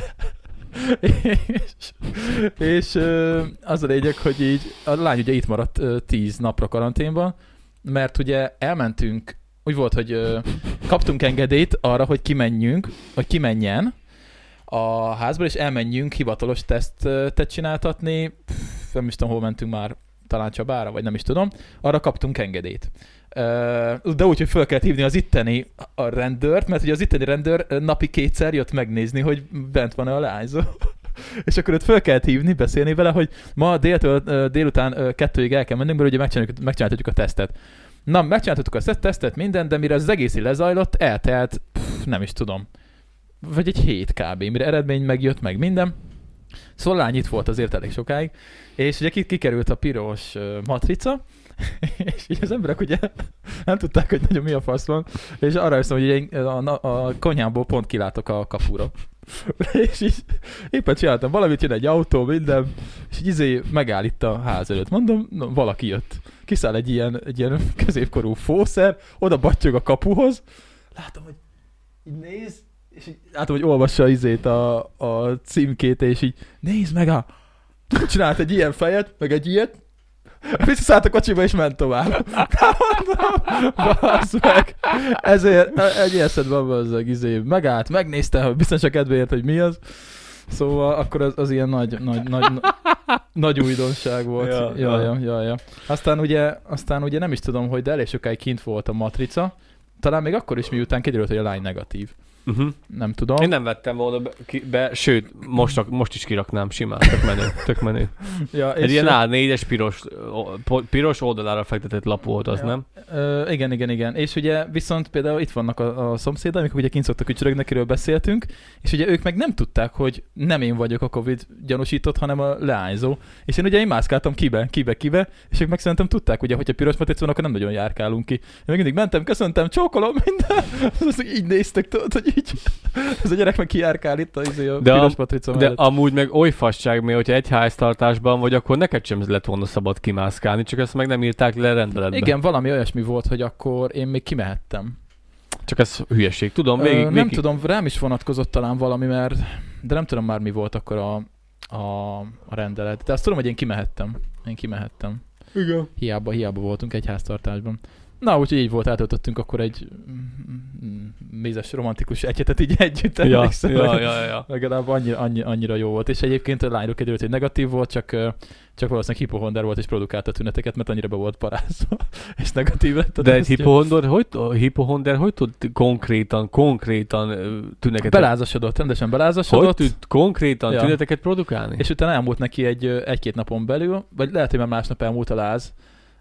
és, és az a lényeg, hogy így a lány ugye itt maradt tíz napra karanténban, mert ugye elmentünk, úgy volt, hogy kaptunk engedélyt arra, hogy kimenjünk, hogy kimenjen, a házból, és elmenjünk hivatalos tesztet csináltatni. Pff, nem is tudom, hol mentünk már, talán Csabára, vagy nem is tudom. Arra kaptunk engedélyt. De úgy, hogy fel kellett hívni az itteni a rendőrt, mert ugye az itteni rendőr napi kétszer jött megnézni, hogy bent van-e a leányzó. És akkor őt fel kellett hívni, beszélni vele, hogy ma déltől, délután kettőig el kell mennünk, mert ugye megcsináltatjuk a tesztet. Na, megcsináltattuk a tesztet, minden, de mire az egész lezajlott, eltelt, pff, nem is tudom, vagy egy hét kb. Mire eredmény megjött, meg minden. Szóval lány itt volt azért elég sokáig, és ugye kikerült a piros matrica, és így az emberek ugye nem tudták, hogy nagyon mi a fasz van, és arra hiszem, hogy ugye a, a konyhámból pont kilátok a kapura. És így éppen csináltam valamit, jön egy autó, minden, és így izé megáll itt a ház előtt. Mondom, no, valaki jött. Kiszáll egy ilyen, egy ilyen középkorú fószer, oda battyog a kapuhoz. Látom, hogy így néz, és így látom, hogy olvassa izét a, a címkét, és így nézd meg a... Csinált egy ilyen fejet, meg egy ilyet, visszaszállt a kocsiba, és ment tovább. Mondom, bassz meg. Ezért egy ilyen szedben bazzag, izé, megállt, megnézte, hogy biztos a kedvéért, hogy mi az. Szóval akkor az, az ilyen nagy, nagy, nagy, nagy újdonság volt. Ja, ja, ja, ja, ja. Aztán, ugye, aztán ugye nem is tudom, hogy de elég sokáig kint volt a matrica. Talán még akkor is, miután kiderült, hogy a lány negatív. Uh-huh. Nem tudom. Én nem vettem volna be, ki, be sőt, most, most is kiraknám simán, tök menő, tök menő. Ja, egy ilyen á négyes piros, piros oldalára fektetett lap volt az, ja. Nem? Ö, igen, igen, igen. És ugye viszont például itt vannak a, a szomszédai, amikor ugye kint szoktak ücsörögni, akiről beszéltünk, és ugye ők meg nem tudták, hogy nem én vagyok a Covid gyanúsított, hanem a leányzó. És én ugye én mászkáltam kibe, kibe, kibe, és ők meg szerintem tudták, ugye, hogyha piros matrica van, akkor nem nagyon járkálunk ki. Én meg mindig mentem, köszöntem, csókolom, minden. Így néztek, tudod, hogy így. Ez a gyerek meg kijárkál itt a, izé, a de piros matrica mellett. De amúgy meg oly fasság, mert hogyha egy háztartásban vagy, akkor neked sem lett volna szabad kimászkálni, csak ezt meg nem írták le rendeletbe. Igen, valami olyasmi volt, hogy akkor én még kimehettem. Csak ez hülyeség. Tudom, végig, Ö, nem végig... tudom, rám is vonatkozott talán valami, mert de nem tudom már mi volt akkor a, a, a rendelet. De azt tudom, hogy én kimehettem. Én kimehettem. Igen. Hiába, hiába voltunk egy háztartásban. Na, úgyhogy így volt, eltöltöttünk akkor egy mézes romantikus egyetet így együtt. Ja, ja, ja, ja. Legalább annyira, annyira, annyira jó volt. És egyébként a lányról kiderült, hogy negatív volt, csak, csak valószínűleg hipohonder volt és produkálta a tüneteket, mert annyira be volt parázva, és negatív lett. De egy hipohonder hogy, hipohonder hogy tud konkrétan, konkrétan tüneteket? Belázasodott, rendesen belázasodott. Hogy tud konkrétan ja. tüneteket produkálni? És utána elmúlt neki egy, egy-két napon belül, vagy lehet, hogy már másnap elmúlt a láz,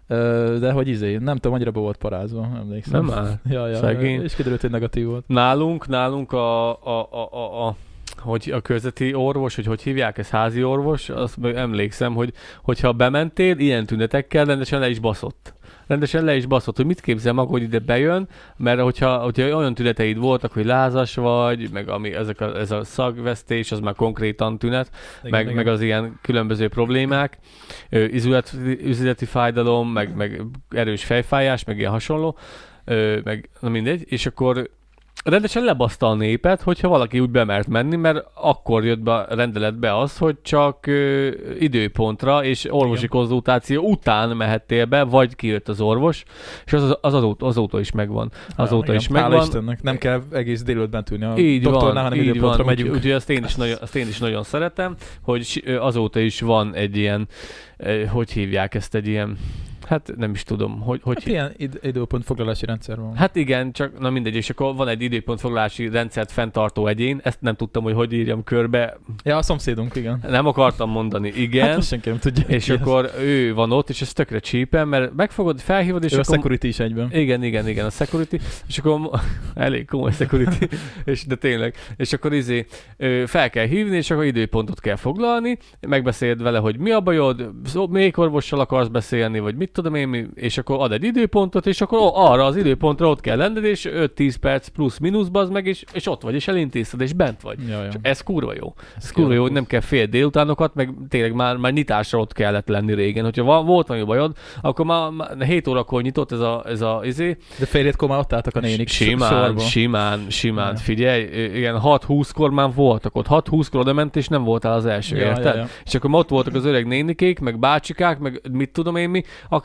de hogy izé, nem tudom, annyira be volt parázva, emlékszem. Nem áll. Ja, ja, szegény. És kiderült, hogy negatív volt. Nálunk, nálunk a, a, a, a, a, hogy a körzeti orvos, hogy hogy hívják, ez házi orvos, azt emlékszem, hogy hogyha bementél, ilyen tünetekkel rendesen le is baszott. Rendesen le is baszott, hogy mit képzel maga, hogy ide bejön, mert hogyha, hogyha olyan tüneteid voltak, hogy lázas vagy, meg ami, ezek a, ez a szagvesztés, az már konkrétan tünet, igen, meg, igen. meg az ilyen különböző problémák, üzlet, üzleti fájdalom, meg, meg erős fejfájás, meg ilyen hasonló, meg na mindegy, és akkor rendesen lebaszta a népet, hogyha valaki úgy bemert menni, mert akkor jött be a rendeletbe az, hogy csak ö, időpontra és orvosi igen. konzultáció után mehettél be, vagy kijött az orvos, és az, az azóta, azóta is megvan. Azóta ja, is megvan. Hála Istennek, nem kell egész délőtt bent ülni a így doktornál, van, hanem így időpontra van, megyünk. Úgyhogy azt én, is nagyon, azt én is nagyon szeretem, hogy azóta is van egy ilyen, hogy hívják ezt, egy ilyen hát nem is tudom, hogy... hogy hát ilyen id- időpontfoglalási rendszer van. Hát igen, csak na mindegy, és akkor van egy időpontfoglalási rendszert fenntartó egyén, ezt nem tudtam, hogy hogy írjam körbe. Ja, a szomszédunk, igen. Nem akartam mondani, igen. Hát senki nem tudja. És akkor ez. Ő van ott, és ez tökre csípen, mert megfogod, felhívod, és ő akkor... a security is egyben. Igen, igen, igen, a security, és akkor elég komoly security, és de tényleg, és akkor izé fel kell hívni, és akkor időpontot kell foglalni, megbeszéled vele, hogy mi a bajod, melyik orvossal akarsz beszélni, vagy mit tudom én, és akkor ad egy időpontot, és akkor arra az időpontra ott kell lenned, és öt-tíz perc plusz-minusz bazd meg, és, és ott vagy, és elintézted, és bent vagy. Ja, ja. És ez kurva jó. Ez, ez kurva jó, hogy nem kell fél délutánokat, meg tényleg már, már nyitásra ott kellett lenni régen. Hogyha van, volt valami bajod, akkor már, már hét órakor nyitott ez a, ez a izé. De fél hétkor már ott álltak a nénik simán, sorba. Simán, simán, ja. Figyelj, ilyen hat-húszkor már voltak ott, hat-húszkor oda ment, és nem voltál az első, ja, érted? Ja, ja. És akkor ott voltak az öreg nénikék, meg bácsikák, meg mit tudom én mi, akár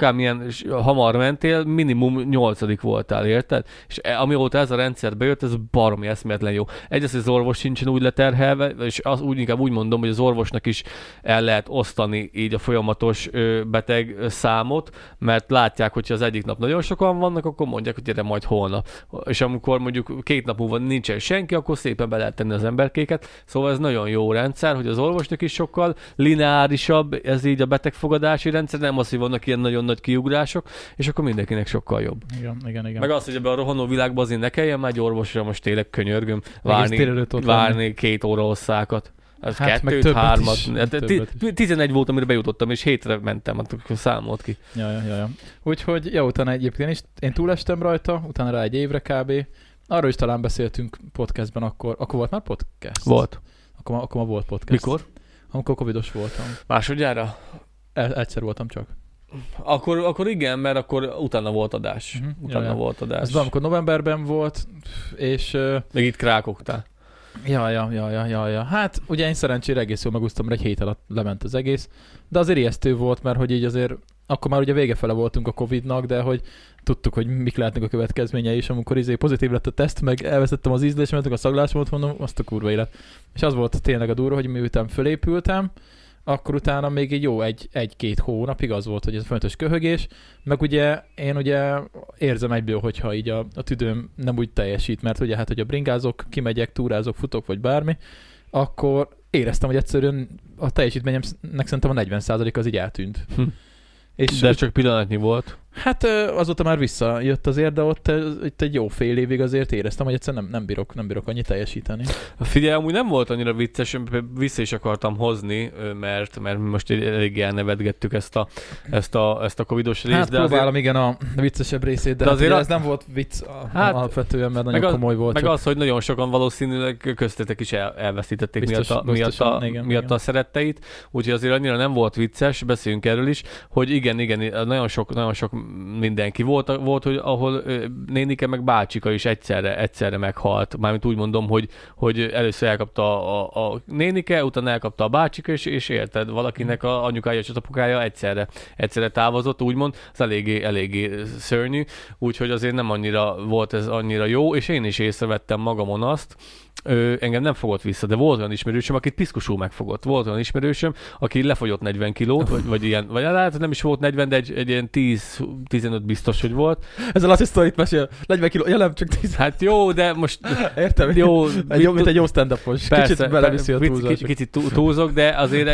akármilyen hamar mentél, minimum nyolcadik voltál, érted? És amióta ez a rendszer bejött, ez baromi eszméletlen jó. Egyrészt, hogy az orvos sincsen úgy leterhelve, és az úgy, inkább úgy mondom, hogy az orvosnak is el lehet osztani így a folyamatos beteg számot, mert látják, hogyha az egyik nap nagyon sokan vannak, akkor mondják, hogy gyere majd holnap. És amikor mondjuk két nap múlva nincsen senki, akkor szépen be lehet tenni az emberkéket. Szóval ez nagyon jó rendszer, hogy az orvosnak is sokkal lineárisabb ez így a betegfogadási rendszer, nem az, hogy vannak ilyen nagyon nagy kiugrások, és akkor mindenkinek sokkal jobb. Igen, igen, igen. Meg az, hogy ebben a rohanó világban azért ne kelljen már egy orvosra, most tényleg könyörgöm, várni, várni két óra hosszákat. Ez hát kettőt, hármat. tizenegy volt, amire bejutottam, és hétre mentem, hát akkor számolt ki. Ja, ja, ja, ja. Úgyhogy, ja, utána egyébként is, én túlestem rajta, utána rá egy évre kb. Arról is talán beszéltünk podcastben akkor. Akkor volt már podcast? Volt. Akkor, akkor már volt podcast. Mikor? Amikor covidos voltam. Másodjára? El, egyszer voltam csak. Akkor, akkor igen, mert akkor utána volt adás. Uh-huh. Utána ja, volt adás. Ez van, amikor novemberben volt, és... Meg itt krákogtál. Ja, ja, ja, ja, ja, ja. Hát ugye én szerencsére egész jól megúsztam, mert egy hét alatt lement az egész, de azért ijesztő volt, mert hogy így azért, akkor már ugye végefele voltunk a Covidnak, de hogy tudtuk, hogy mik lehetnek a következményei, és amikor izé pozitív lett a teszt, meg elvesztettem az ízlésemet, a szaglásomat, mondom, azt a kurva élet. És az volt tényleg a durva, hogy miután fölépültem, akkor utána még egy jó egy, egy-két hónapig az volt, hogy ez fontos köhögés, meg ugye én ugye érzem egyből, hogyha így a, a tüdőm nem úgy teljesít, mert ugye hát, hogy a bringázok, kimegyek, túrázok, futok, vagy bármi, akkor éreztem, hogy egyszerűen a teljesítményemnek szerintem a negyven százalék az így eltűnt. Hm. És de csak pillanatnyi volt. Hát azóta már visszajött azért, de ott itt egy jó fél évig azért éreztem, hogy egyszerűen nem, nem, bírok, nem bírok annyit teljesíteni. Figyelj, amúgy nem volt annyira vicces, vissza is akartam hozni, mert, mert most eléggé elnevetgettük ezt a, ezt a, ezt a covidos részt. Hát de próbálom, azért... igen, a viccesebb részét, de, de azért hát, a... ez nem volt vicc hát, alapvetően, mert nagyon komoly az, volt. Meg csak... az, hogy nagyon sokan valószínűleg köztetek is el, elveszítették biztos, miatt, a, miatt, a, igen, miatt igen. a szeretteit, úgyhogy azért annyira nem volt vicces, beszéljünk erről is, hogy igen, igen, nagyon sok, nagyon sok mindenki volt, volt, hogy ahol nénike meg bácsika is egyszerre, egyszerre meghalt. Mármint úgy mondom, hogy, hogy először elkapta a, a nénike, utána elkapta a bácsika, és, és érted, valakinek a anyukája és apukája egyszerre, egyszerre távozott, úgymond, az eléggé, eléggé szörnyű, úgyhogy azért nem annyira volt ez annyira jó, és én is észrevettem magamon azt, Ö, engem nem fogott vissza, de volt olyan ismerősöm, akit piszkosul megfogott. Volt olyan ismerősöm, aki lefogyott negyven kilót, vagy, vagy ilyen, vagy lehet, nem is volt negyven, de egy, egy ilyen tíz-tizenöt biztos, hogy volt. Ez a lasszi sztorit mesél, negyven kiló, ja nem, csak tíz. Hát jó, de most... Értem, jó, egy jó, mint egy jó stand-upos. Kicsit beleviszi a túlzás. Kicsit, kicsit túlzok, de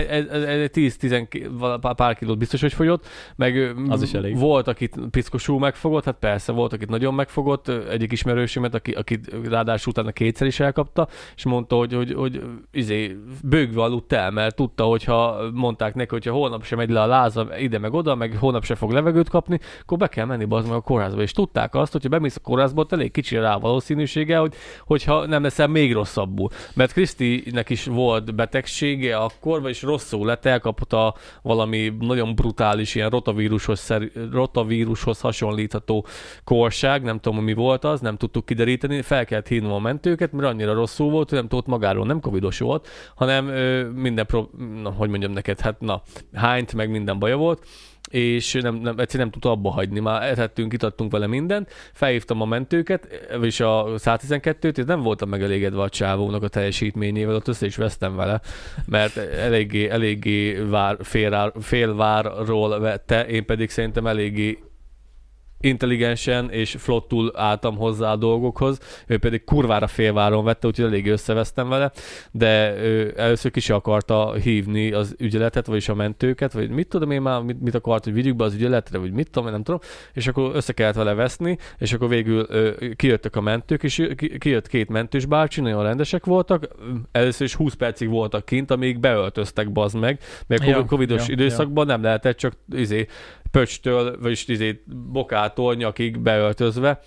azért tíz-tíz pár kilót biztos, hogy fogyott, meg az is elég. Volt, akit piszkosul megfogott, hát persze volt, akit nagyon megfogott, egyik ismerősömet, aki, akit ráadásul utána kétszer is elkapta, és mondta, hogy, hogy, hogy izé, bőgve aludt el, mert tudta, hogyha mondták neki, hogyha holnap sem megy le a láza ide meg oda, meg holnap sem fog levegőt kapni, akkor be kell menni bazd meg a kórházba. És tudták azt, hogyha bemész a kórházba, ott elég kicsi rá valószínűsége, hogy, hogyha nem leszel még rosszabbul. Mert Krisztinek is volt betegsége akkor, vagyis rosszul lett, elkapta valami nagyon brutális, ilyen rotavírushoz, rotavírushoz hasonlítható korság, nem tudom, mi volt az, nem tudtuk kideríteni, fel kellett hívnom a mentőket, mert annyira rosszul volt, hogy nem tudott magáról, nem covidos volt, hanem ö, minden, pro, na, hogy mondjam neked, hát na, hányt, meg minden baja volt, és nem, nem, egyszerűen nem tudta abba hagyni. Már etettünk, itattunk vele mindent, felhívtam a mentőket, és a száztizenkettőt, és nem voltam megelégedve a csávónak a teljesítményével, ott össze is vesztem vele, mert eléggé, eléggé vár, fél, félvárról vette, én pedig szerintem eléggé intelligensen és flottul álltam hozzá a dolgokhoz, ő pedig kurvára félváron vette, úgyhogy elég összevesztem vele, de ő először ki se akarta hívni az ügyeletet, vagyis a mentőket, vagy mit tudom én már, mit, mit akart, hogy vigyük be az ügyeletre, vagy mit tudom, nem tudom, és akkor össze kellett vele veszni, és akkor végül ö, kijöttek a mentők, és ki, kijött két mentős bácsi, nagyon rendesek voltak, először is húsz percig voltak kint, amíg beöltöztek, bazd meg, mert ja, covidos ja, időszakban ja. nem lehetett csak izé, pöcstől, vagyis izé, bokától nyakig beöltözve.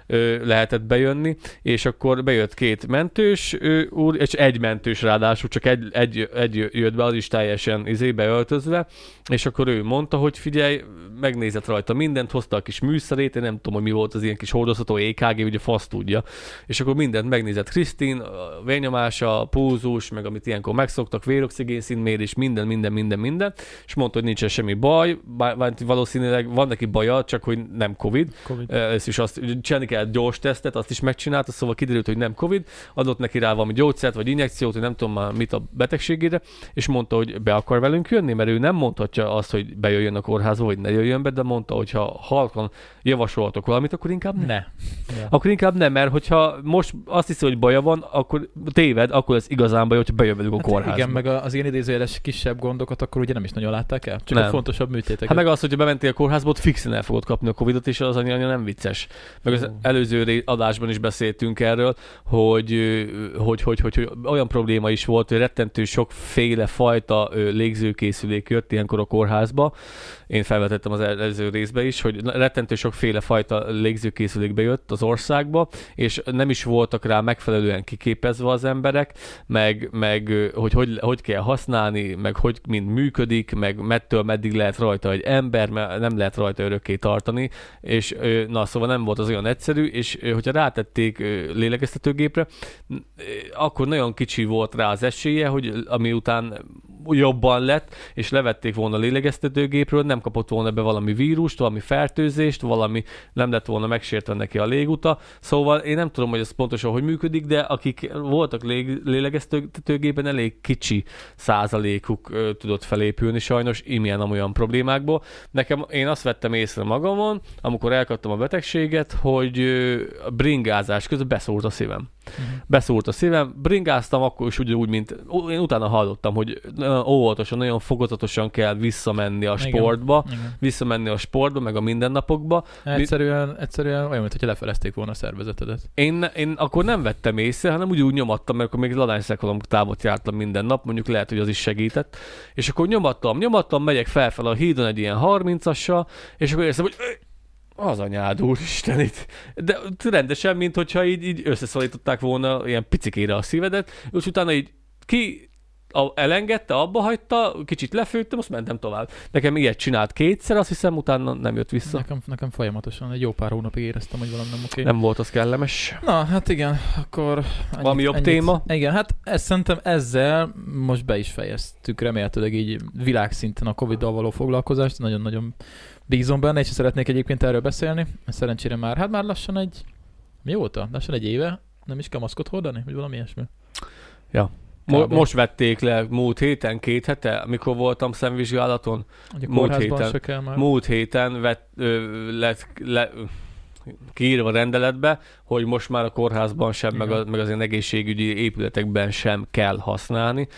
ö, lehetett bejönni, és akkor bejött két mentős ö, úr, és egy mentős ráadásul, csak egy, egy, egy jött be, az is teljesen izébe öltözve, és akkor ő mondta, hogy figyelj, megnézett rajta mindent, hozta a kis műszerét, én nem tudom, hogy mi volt az ilyen kis hordozható é ká gé, ugye fasz tudja, és akkor mindent megnézett Krisztin, a vérnyomása, a pulzus, meg amit ilyenkor megszoktak, véroxigén szintmérés, minden, minden, minden, minden, és mondta, hogy nincsen semmi baj, bár valószínűleg van neki baja, csak hogy nem Covid. COVID. Ezt is azt csinálni kell gyors tesztet, azt is megcsinálta, szóval kiderült, hogy nem Covid, adott neki rá valami gyógyszert, vagy injekciót, hogy nem tudom már mit a betegségére, és mondta, hogy be akar velünk jönni, mert ő nem mondhatja azt, hogy bejöjjön a kórházba, vagy ne jöjjön be, de mondta, hogy ha halkan javasoltok valamit, akkor inkább ne. ne. Ja. Akkor inkább nem, mert hogyha most azt hiszi, hogy baja van, akkor téved, akkor lesz igazán baj, hogyha bejön velünk a hát kórházba. Igen, meg az ilyen idézőjeles kisebb gondokat akkor ugye nem is nagyon látták el. Csak nem. A fontosabb műtéteket. Hát meg az, hogyha bementél a kórházba, ott fixen el fogod kapni a Covidot, és az anya nem vicces. Meg az uh. előző adásban is beszéltünk erről, hogy, hogy, hogy, hogy, hogy olyan probléma is volt, hogy rettentő sokféle fajta légzőkészülék jött ilyenkor a kórházba. Én felvetettem az előző részbe is, hogy rettentő sokféle fajta légzőkészülék bejött az országba, és nem is voltak rá megfelelően kiképezve az emberek, meg, meg hogy, hogy hogy kell használni, meg hogy mind működik, meg mettől meddig lehet rajta egy ember, mert nem lehet rajta örökké tartani, és na szóval nem volt az olyan egyszerű, és hogyha rátették lélegeztetőgépre, akkor nagyon kicsi volt rá az esélye, hogy ami után jobban lett, és levették volna a lélegeztetőgépről, nem kapott volna be valami vírust, valami fertőzést, valami nem lett volna megsértve neki a léguta. Szóval én nem tudom, hogy ez pontosan hogy működik, de akik voltak lég, lélegeztetőgépen, elég kicsi százalékuk ö, tudott felépülni sajnos imilyen-amolyan problémákból. Nekem én azt vettem észre magamon, amikor elkaptam a betegséget, hogy ö, bringázás közben beszúrt a szívem. Uh-huh. Beszúrt a szívem, bringáztam akkor is ugyanúgy, mint én utána hallottam, hogy óvatosan, nagyon fokozatosan kell visszamenni a sportba, igen, igen. visszamenni a sportba, meg a mindennapokba. Egyszerűen, egyszerűen olyan, mintha lefelezték volna a szervezetedet. Én, én akkor nem vettem észre, hanem úgy, úgy nyomattam, mert akkor még ladányszekalom távot jártam minden nap, mondjuk lehet, hogy az is segített. És akkor nyomattam, nyomattam, megyek felfel a hídon egy ilyen harmincassal, és akkor érzem, hogy az anyád úristen itt. De rendesen, mint hogyha így, így összeszorították volna ilyen picikére a szívedet, és utána így ki a, elengedte, abba hagyta, kicsit lefőttem, azt mentem tovább. Nekem ilyet csinált kétszer, azt hiszem, utána nem jött vissza. Nekem, nekem folyamatosan egy jó pár hónapig éreztem, hogy valami nem oké. Nem volt az kellemes. Na, hát igen, akkor... Annyit, valami jobb ennyit, téma? Igen, hát ezt szerintem ezzel most be is fejeztük, remélhetőleg így világszinten a Covid-dal való foglalkozást, nagyon-nagyon bízom benne, és szeretnék egyébként erről beszélni. Szerencsére már, hát már lassan egy... Mióta? Lassan egy éve? Nem is kell maszkot hordani? Vagy valami ilyesmi? Ja. Mo- most vették le múlt héten, két hete, amikor voltam szemvizsgálaton. Múlt héten, múlt héten vett, ö, lett le, kiírva rendeletbe, hogy most már a kórházban sem, meg, a, meg az ilyen egészségügyi épületekben sem kell használni.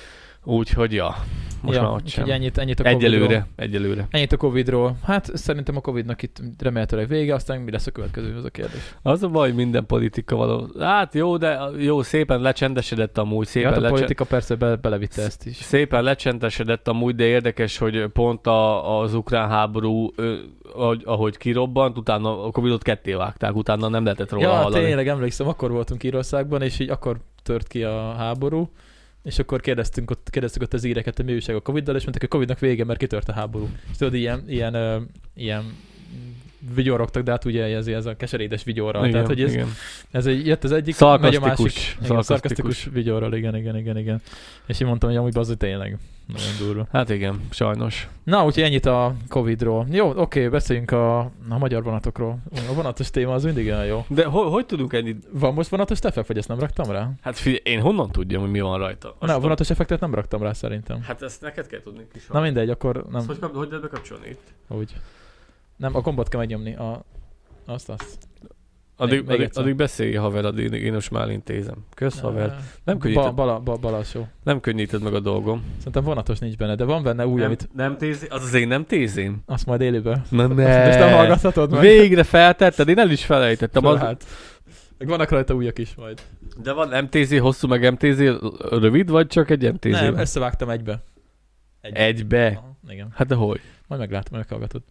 Úgyhogy ja, most ja, már ott sem. Ennyit, ennyit a Covidról. Egyelőre, egyelőre. Ennyit a Covidról. Hát szerintem a Covidnak itt remélhetőleg vége, aztán mi lesz a következő, az a kérdés. Az a baj, minden politika való. Hát jó, de jó, szépen lecsendesedett amúgy. Szépen hát a lecsen... politika persze be, belevitte ezt is. Szépen lecsendesedett amúgy, de érdekes, hogy pont a, az ukrán háború, ahogy, ahogy kirobbant, utána a Covidot ketté vágták, utána nem lehetett róla ja, hallani. Tényleg emlékszem, akkor voltunk Írországban, és így akkor tört ki a háború. És akkor kérdeztünk ott, kérdeztük ott az íreket, hogy mi újság a Coviddal, és mondták, hogy a Covidnak vége, mert kitört a háború. És tudod, ilyen, ilyen, ö, ilyen vigyorogtak, de hát ugye ez, ez a keserédes vigyorral. Igen, Tehát, hogy ez, ez egy, jött az egyik, megy a másik. Igen, szarkasztikus vigyorral, igen, igen, igen, igen. És én mondtam, hogy amúgy az tényleg nagyon durva. Hát igen, sajnos. Na, úgyhogy ennyit a Covidról. Jó, oké, beszéljünk a, a magyar vonatokról. A vonatos téma az mindig olyan jó. De ho- hogy tudunk ennyit? Van most vonatos effekt, vagy ezt nem raktam rá? Hát figyelj, én honnan tudjam, hogy mi van rajta? Na, a vonatos effektet nem raktam rá szerintem. Hát ezt neked kell tudni kis. Na mindegy, akkor nem. Ezt hogy, hogy lehet bekapcsolni itt? Úgy. Nem, a gombot kell megnyomni, a... azt, azt. Addig, addig, addig beszélj, haver, addig én most már intézem. Kösz, haver. Nem könnyíted, ba, bala, ba, balasó. Nem könnyíted meg a dolgom. Szerintem vonatos nincs benne, de van benne új, nem, amit... Nem tézi, az az én nem tézém. Azt majd élőben. Na ne. Ezt nem hallgathatod meg. Végre feltetted, én el is felejtettem. Az... Hát. Meg vannak rajta újak is majd. De van em té zé hosszú, meg em té zé rövid, vagy csak egy em té zé? Nem, összevágtam egybe. Egybe? Egybe? Aha, igen. Hát de hogy? Majd meglátom, meghallgatod.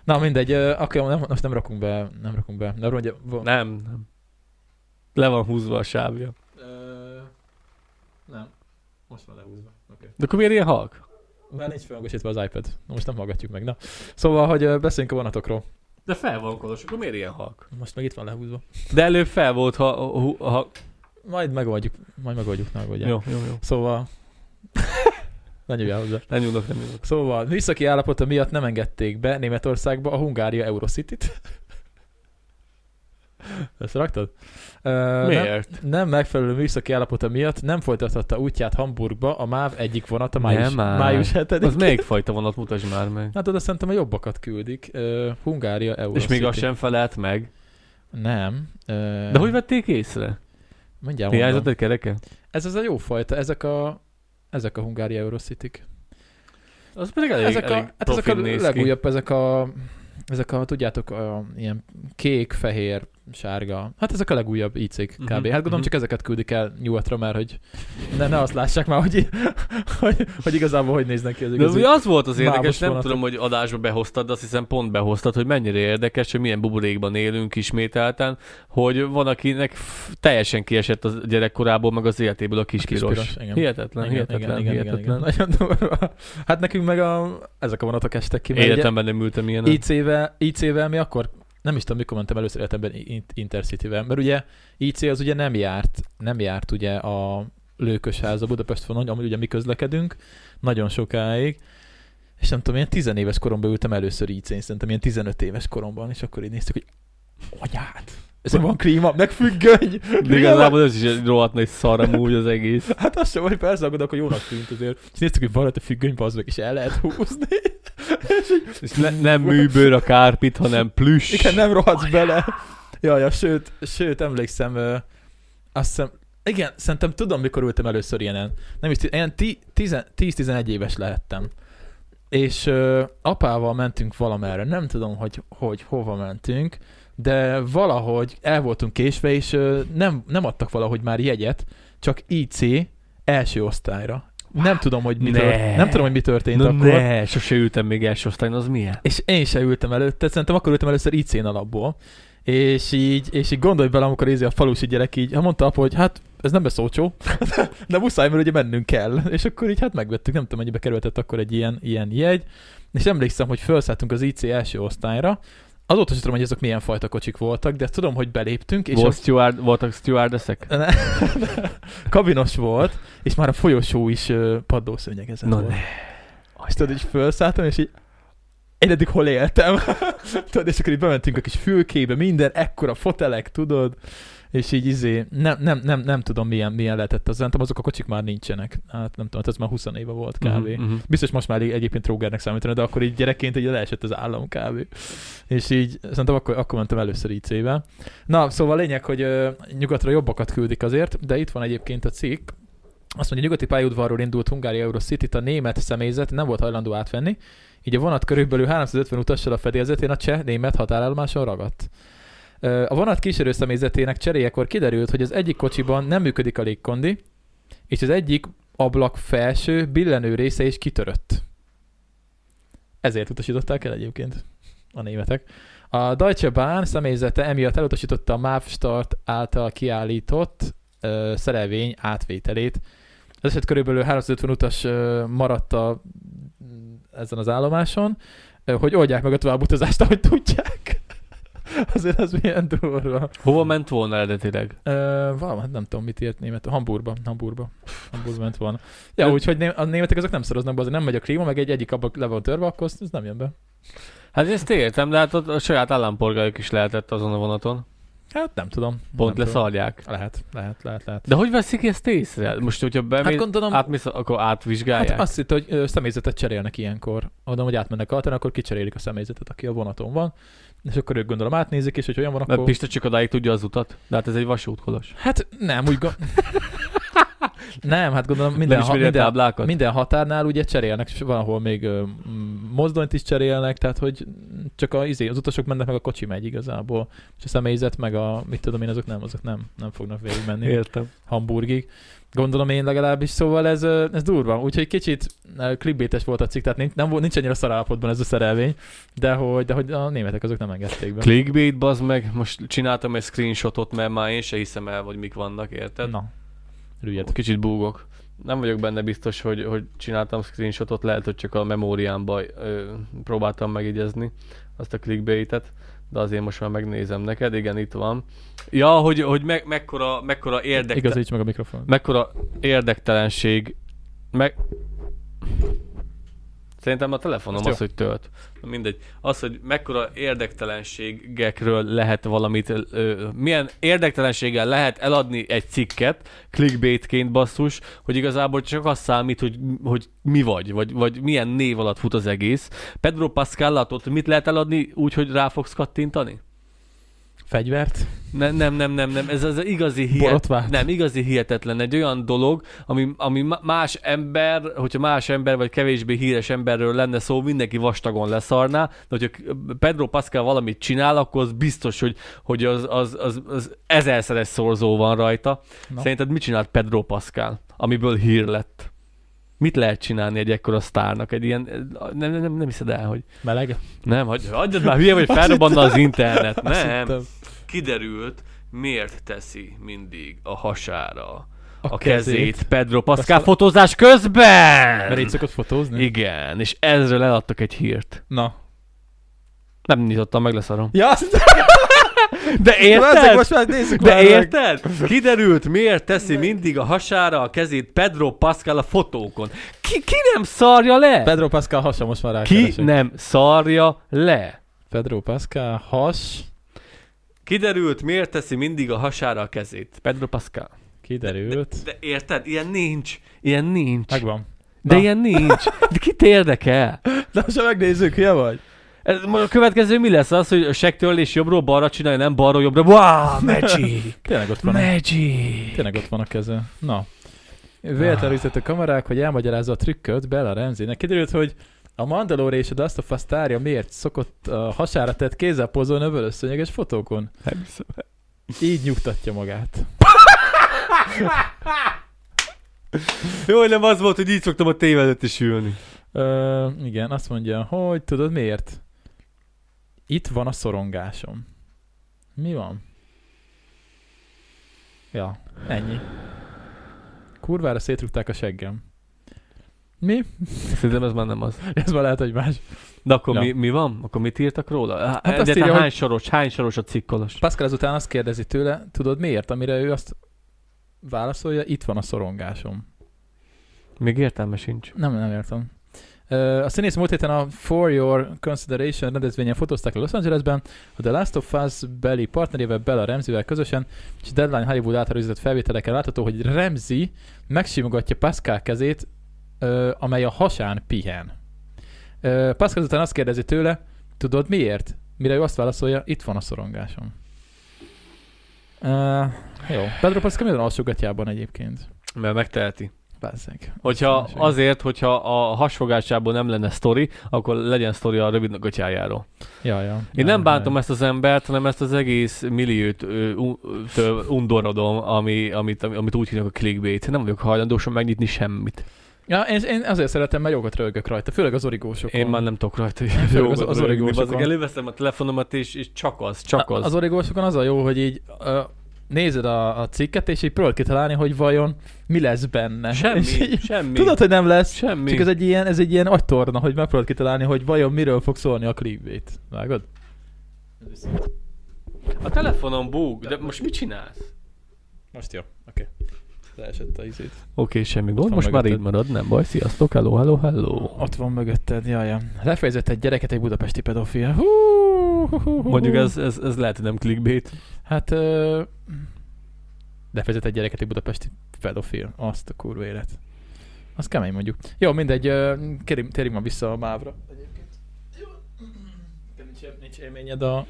Na mindegy, uh, akkor nem, most nem rakunk be, nem rakunk be. Nem, mondja, nem, nem. Le van húzva a sávja. Uh, nem. Most van lehúzva. Okay. De akkor miért ilyen halk? Már nincs felhangosítva az iPad. Na, most nem hallgatjuk meg. Na. Szóval, hogy uh, beszéljünk a vonatokról. De fel van kolos, akkor miért ilyen halk? Most meg itt van lehúzva. De előbb fel volt, ha... ha, ha... Majd megoldjuk, majd megoldjuk, ne aggódjál. Jó, jó, jó. Szóval... ne nyúljál hozzá. Nem nyúlok, nem nyúlok. Szóval műszaki állapota miatt nem engedték be Németországba a Hungária Eurocity-t. Ezt raktad? Uh, Miért? Nem, nem megfelelő műszaki állapota miatt nem folytathatta útját Hamburgba a MÁV egyik vonata május, május hetedikén. Az melyik fajta vonat, mutasd már meg. Hát oda szerintem a jobbakat küldik. Uh, Hungária Eurocity. És még az sem felelt meg? Nem. Uh, De hogy vették észre? Mindjárt hiányzott egy kereke? Ez az a jó fajta, ezek a, ezek a Hungária Eurocity-k. Az pedig elég, ezek a, elég hát ezek a néz legújabb, ezek a, ezek a, tudjátok, a, ilyen kék, fehér, sárga. Hát ezek a legújabb í cé-k kb. Uh-huh, hát gondolom uh-huh. csak ezeket küldik el nyugatra, mert hogy ne, ne azt lássák már, hogy, hogy, hogy igazából hogy néznek ki az igazi. De az volt az érdekes, nem vonatok. tudom, hogy adásba behoztad, de azt hiszem pont behoztad, hogy mennyire érdekes, hogy milyen buborékban élünk ismételten, hogy van, akinek f- teljesen kiesett a gyerekkorából, meg az életéből a kispiros. A kispiros, hihetetlen, igen, hihetetlen, igen, hihetetlen. Igen, igen, nagyon durva. Hát nekünk meg a, ezek a vonatok estek ki. Életemben nem ültem ilyen. í cé-vel, í cé-vel mi akkor nem is tudom, mikor mentem először életemben Intercity-vel, mert ugye í cé az ugye nem járt, nem járt ugye a Lőkösháza Budapest vonalon, amúgy ugye mi közlekedünk, nagyon sokáig, és nem tudom, ilyen tizenéves koromban ültem először í cén, szerintem ilyen tizenöt éves koromban, és akkor így néztük, hogy anyát, ezen van klíma, meg függöny. De igazából ez is egy rohadt nagy szar amúgy az egész. Hát az sem, hogy persze, akkor jónak tűnt azért. És néztük, hogy van a függöny, bazd meg, és el lehet húzni. És ne, nem műbőr a kárpit, hanem plüss. Igen, nem rohadsz bele. Jaj, sőt, sőt, emlékszem, ö, azt hiszem, igen, szerintem tudom, mikor ültem először ilyenen. Nem is, ilyen tíz-tizenegy éves lehettem. És ö, apával mentünk valamerre, nem tudom, hogy, hogy hova mentünk, de valahogy el voltunk késve, és ö, nem, nem adtak valahogy már jegyet, csak í cé első osztályra. Nem tudom, hogy mi, tört, nem tudom, hogy mi történt no akkor. Ne, sose ültem még első osztályon, az milyen? És én sem ültem előtte, szerintem akkor ültem először í cén alapból. És így, és így gondolj bele, amikor ízi a falusi gyerek így, hát mondta apa, hogy hát ez nem beszócsó, de muszáj, mert ugye mennünk kell. És akkor így hát megvettük, nem tudom, mennyibe kerültett akkor egy ilyen, ilyen jegy. És emlékszem, hogy felszálltunk az í cé első osztályra. Azóta sem tudom, hogy ezek milyen fajta kocsik voltak, de tudom, hogy beléptünk. És volt a... steward, voltak stewardessek? Kabinos volt, és már a folyosó is uh, padlószőnyegezett no volt. Ne. És tudod, így felszálltam, és így én eddig hol éltem. Tudod, és akkor így bementünk a kis fülkébe, minden ekkora fotelek, tudod, és így izé, nem, nem, nem, nem tudom milyen, milyen lehetett az, nem azok a kocsik már nincsenek. Hát nem tudom, ez már húsz éve volt kb. Uh-huh. Biztos most már egyébként trógernek számítani, de akkor így gyerekként így leesett az állam kb. És így szerintem akkor, akkor mentem először í cével. Na, szóval lényeg, hogy uh, nyugatra jobbakat küldik azért, de itt van egyébként a cikk. Azt mondja, nyugati pályaudvarról indult Hungária Eurocity-t a német személyzet nem volt hajlandó átvenni, így a vonat körülbelül háromszázötven utassal a fedélzetén a cseh-német határállomáson ragadt. A vonat kísérő személyzetének cseréjekor kiderült, hogy az egyik kocsiban nem működik a légkondi, és az egyik ablak felső billenő része is kitörött. Ezért utasították el egyébként a németek. A Deutsche Bahn személyzete emiatt elutasította a MÁV Start által kiállított uh, szerelvény átvételét. Az eset körülbelül háromszázötven utas uh, maradt a, ezen az állomáson, uh, hogy oldják meg a továbbutazást, ahogy tudják. Azért az milyen durva. Hova ment volna eredetileg? Uh, Valami, nem tudom, mit írt német. Hamburgba. Hamburgba. Hamburgba ment volna. Ja, úgyhogy a németek azok nem szoroznak be, azért nem megy a klíma, meg egy egyik abban le van törve, akkor ez nem jön be. Hát ezt értem, de hát ott a saját állampolgárok is lehetett azon a vonaton. Hát nem tudom. Pont nem leszarják. Tudom. Lehet, lehet, lehet, lehet. De hogy veszik ezt észre? Most, hogyha bemész, hát gondolom, átmész, akkor átvizsgálják? Hát azt hitt, hogy ö, személyzetet cserélnek ilyenkor. Mondom, hogy átmennek alten, akkor kicserélik a személyzetet, aki a vonaton van. És akkor ők gondolom átnézik, és hogy olyan van, akkor... Mert Pista csak odáig tudja az utat. De hát ez egy vasút, Kolos. Hát nem, úgy gond... Nem, hát gondolom minden, Nem ha, ismeri a minden, táblákat? minden határnál ugye cserélnek, és valahol még ö, mozdonyt is cserélnek, tehát hogy csak a, izé, az utasok mennek, meg a kocsi megy igazából, és a személyzet meg a, mit tudom én, azok nem, azok nem, nem fognak végigmenni. Értem. Hamburgig. Gondolom én legalábbis, szóval ez, ö, ez durva. Úgyhogy kicsit clickbaites volt a cikk, tehát nincs, nem, volt- nincs annyira szarállapotban ez a szerelvény, de hogy, de hogy a németek azok nem engedték be. Clickbait, bazd meg, most csináltam egy screenshotot, mert már én se hiszem el, hogy mik vannak, érted? Na, rügyed. Kicsit búgok. Nem vagyok benne biztos, hogy, hogy csináltam screenshotot, lehet, hogy csak a memóriámba ö, próbáltam megigyezni azt a clickbaitet, de azért most már megnézem neked, igen, itt van. Ja, hogy, hogy me, mekkora, mekkora, érdekte, Igazíts meg a mikrofon. mekkora érdektelenség, meg... Szerintem a telefonom Azt az, hogy tölt. Na mindegy. Az, hogy mekkora érdektelenségekről lehet valamit, ö, milyen érdektelenséggel lehet eladni egy cikket, clickbaitként basszus, hogy igazából csak az számít, hogy, hogy mi vagy, vagy, vagy milyen név alatt fut az egész. Pedro Pascal látott, mit lehet eladni úgy, hogy rá fogsz kattintani? Fegyvert? Nem, nem, nem, nem, nem. Ez az igazi hihet... Borotvát? Nem, igazi hihetetlen. Egy olyan dolog, ami, ami más ember, hogyha más ember, vagy kevésbé híres emberről lenne szó, mindenki vastagon leszarná, de hogyha Pedro Pascal valamit csinál, akkor az biztos, hogy, hogy az, az, az, az ezerszeres szorzó van rajta. No. Szerinted mit csinált Pedro Pascal, amiből hír lett? Mit lehet csinálni egy ekkora sztárnak? Egy ilyen... Nem, nem, nem, nem hiszed el, hogy... Meleg? Nem, hagyj, hagyjad már, hülye vagy, felrobbanna az internet. Azt Nem. hittem. Kiderült, miért teszi mindig a hasára a, A a kezét, kezét. Pedro Pascal Pascal- fotózás közben! Mert így szokott fotózni? Igen, és ezről eladtak egy hírt. Na. Nem nyitottam, meg leszarom. Ja, azt... De Érted? érted? Most már nézzük De már meg. érted? Kiderült, miért teszi mindig a hasára a kezét Pedro Pascal a fotókon. Ki, ki nem szarja le? Pedro Pascal hasa, most már Ki rákeresek. nem szarja le? Pedro Pascal has. Kiderült, miért teszi mindig a hasára a kezét. Pedro Pascal. Kiderült. De érted? Ilyen nincs. Ilyen nincs. Megvan. De Na. ilyen nincs. De kit érdekel? De most megnézzük, hülye vagy? Ez, a következő mi lesz az, hogy a segtörlés jobbról balra csinálja, nem balról jobbra. Wow, magic! Tényleg ott van. A, Magic! tényleg ott van a keze. Na. Véletlenül üzött a kamerák, hogy elmagyarázza a trükköt Bella Ramseynek. Kiderült, hogy a Mandalore és a Dust of Us sztárja miért szokott a hasára tett kézzel pozolni a vörösszönyeges fotókon. Így nyugtatja magát. Jó, hogy nem az volt, hogy így szoktam a tévé előtt is ülni. Ö, igen, azt mondja, hogy tudod miért? Itt van a szorongásom. Mi van? Ja, ennyi. Kurvára szétrugták a seggem. Mi? Szerintem ez már nem az. Ez már lehet, hogy más. De akkor Ja. mi, mi van? Akkor mit írtak róla? Hát azt azt írja, hány hogy- soros, hány soros a cikkolos? Pascal azután azt kérdezi tőle, tudod miért? Amire ő azt válaszolja, itt van a szorongásom. Még értelme sincs. Nem, nem értem. Uh, a színész múlt héten a For Your Consideration rendezvényen fotózták le Los Angelesben, a The Last of Us beli partnerével Bella Ramseyvel közösen, és Deadline Hollywood által rögzített felvételeken látható, hogy Ramsey megsimogatja Pascal kezét, uh, amely a hasán pihen. Uh, Pascal azután azt kérdezi tőle, tudod miért? Mire ő azt válaszolja, itt van a szorongásom. Uh, jó. Pedro Pascal mi van alsógatjában egyébként? Mert megteheti. Bázzeg. Hogyha Azt azért, hogyha a hasfogásából nem lenne sztori, akkor legyen sztori a rövid gatyájáról. Ja, ja. Én nem bántom ezt az embert, hanem ezt az egész milliót ö, u, től undorodom, ami, amit, amit úgy hívnak a clickbait. Nem vagyok hajlandó sem megnyitni semmit. Ja, én, én azért szeretem, mert jókat rögök rajta, főleg az origósokon. Én már nem tudok rajta. főleg az- az origósokon. Előveszem a telefonomat, és, és csak az, csak az. Az origósokon az a jó, hogy így uh, nézed a, a cikket, és így próbálod kitalálni, hogy vajon mi lesz benne. Semmi, És így, semmi. tudod, hogy nem lesz, Semmi. csak ez egy ilyen, ez egy ilyen agytorna, hogy megpróbálod kitalálni, hogy vajon miről fog szólni a clickbait. Vágod? A telefonom búg, de most mit csinálsz? Most jó, oké. Okay. Leesett a izét. Oké, okay, semmi gond, van most már mögötted. így marad, nem baj, sziasztok, hello, hello, hello. Ott van mögötted, jaj, jaj. Lefejezett egy gyereket egy budapesti pedofil. Hú, hú, hú, hú. Mondjuk ez, ez, ez lehet, hogy nem clickbait. Hát... Ö... Lefejezett egy gyereket egy budapesti pedofil. Azt a kurva élet. Az kemény mondjuk. Jó, mindegy, ö, kérjünk, térjünk már vissza a mávra. Egyébként. Jó. Nincs, nincs élményed a...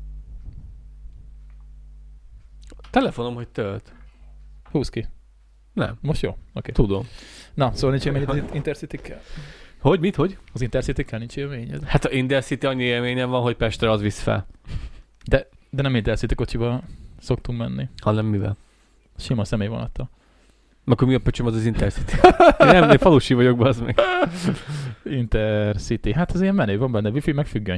Telefonom, hogy tölt. Húz ki. Nem. Most jó? Oké. Okay. Tudom. Na, szóval nincs élmény az Intercity-kkel? Hogy? Mit? Hogy? Az Intercity-kkel nincs élményed? Hát a Intercity annyi élményem van, hogy Pestre az visz fel. De, de nem Intercity kocsiba szoktunk menni. Hanem mivel? Sima személyvonattal. Akkor mi a pöcsöm az az Intercity? Én nem, én falusi vagyok, bazd meg. Intercity. Hát az ilyen menő, van benne wifi, meg függöny.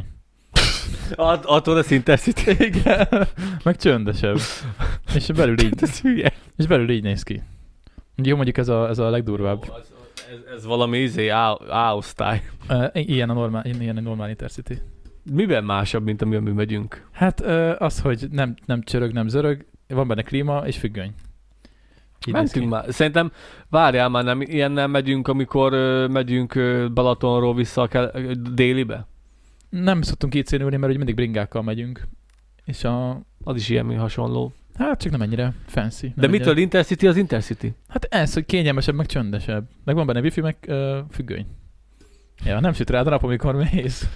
At- attól az Intercity. Igen. Meg csöndesebb. És belül így, Ez hülye. és belül így néz ki. Jó, mondjuk ez a, ez a legdurvább. Ó, az, ez, ez valami izé, A-osztály. Uh, ilyen a normál, ilyen a normál Intercity. Miben másabb, mint amiben mi megyünk? Hát uh, az, hogy nem, nem csörög, nem zörög, van benne klíma és függöny. Így Mentünk már. Szerintem, várjál már, nem ilyennel megyünk, amikor uh, megyünk uh, Balatonról vissza a kel- uh, délibe? Nem szoktunk így színülni, mert ugye mindig bringákkal megyünk. És a... Az is ilyen hasonló. Hát csak nem ennyire fancy. Nem De ennyire... mitől Intercity az Intercity? Hát ez, hogy kényelmesebb, meg csöndesebb. Meg van benne wifi, meg uh, függöny. Ja, nem süt rád a nap, amikor mész.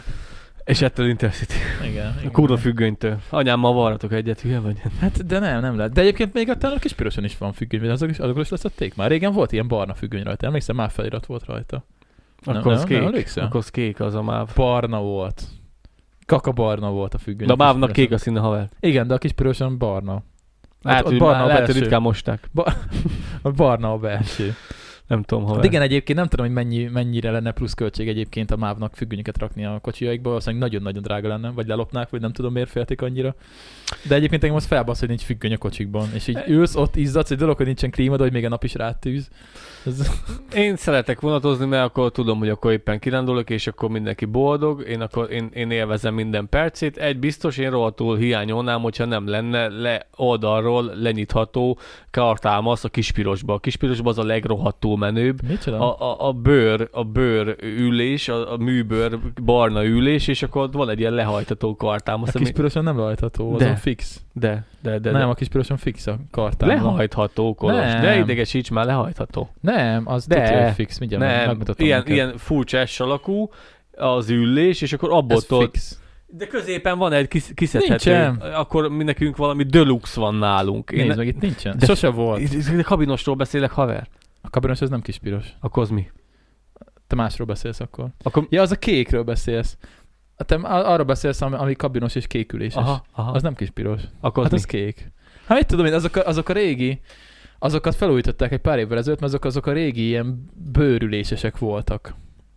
És ettől Intercity. Igen. A kurva függönytől. Anyámmal varratok egyet, hülye vagy? Hát de nem, nem lehet. De egyébként még a a Kispiroson is van függöny, vagy azok is, azokról is leszették már. Régen volt ilyen barna függöny rajta. Emlékszem, már felirat volt rajta. Akkor az kék. Emlékszem? Akkor az kék az a máv. Barna volt. Kaka barna volt a függöny. De a mávnak kék a színe, haver. Igen, de a Kispiroson barna. Lehet, ott hogy, barna a lehet, hogy belső. ritkán mosták. A barna a belső. Nem tudom, haver. Hát igen, egyébként nem tudom, hogy mennyi, mennyire lenne pluszköltség egyébként a mávnak függönyöket rakni a kocsijaikba, valószínűleg nagyon-nagyon drága lenne, vagy lelopnák, vagy nem tudom miért félték annyira. De egyébként engem az felbasz, hogy nincs függöny a kocsikban, és így ülsz, ott izzadsz, egy dolog, hogy nincsen klíma, de hogy még a nap is rátűz. Ez... Én szeretek vonatozni, mert akkor tudom, hogy akkor éppen kirándulok, és akkor mindenki boldog, én, akkor, én, én élvezem minden percét. Egy biztos, én rohadtul hiányolnám, hogyha nem lenne le oldalról lenyitható kartámasz a Kispirosba. A Kispirosba az a legrohadtul menőbb. A, a, a bőr, a bőr ülés, a, a műbőr barna ülés, és akkor van egy ilyen lehajtható kartámasz. A Kispiroson nem lehajtható, azon de, fix. De, de, de. Nem, de. a Kispiroson fix a kartámasz. Lehajtható, Kolos. Nem. De idegesíts már, lehajtható. Nem, az de, tudja, hogy fix, mindjárt nem, megmutatom ilyen, neked. ilyen furcsa S alakú az ülés, és akkor abból Ez tol... fix. De középen van egy kis, kiszedhető. Nincsen. Akkor mi nekünk valami deluxe van nálunk. Nézd Én meg, itt nincsen. de Sose volt. De kabinosról beszélek, haver. A kabinos az nem Kispiros. Akkor az mi? Te másról beszélsz akkor. Akkor... Ja, az a kékről beszélsz. Te arról beszélsz, ami, ami kabinos és kéküléses. Aha, aha. Az nem Kispiros. Akkor Hát az, az kék. Hát mit tudom én, azok a, azok a régi, azokat felújították egy pár évvel ezelőtt, mert azok, azok a régi ilyen bőrülésesek voltak.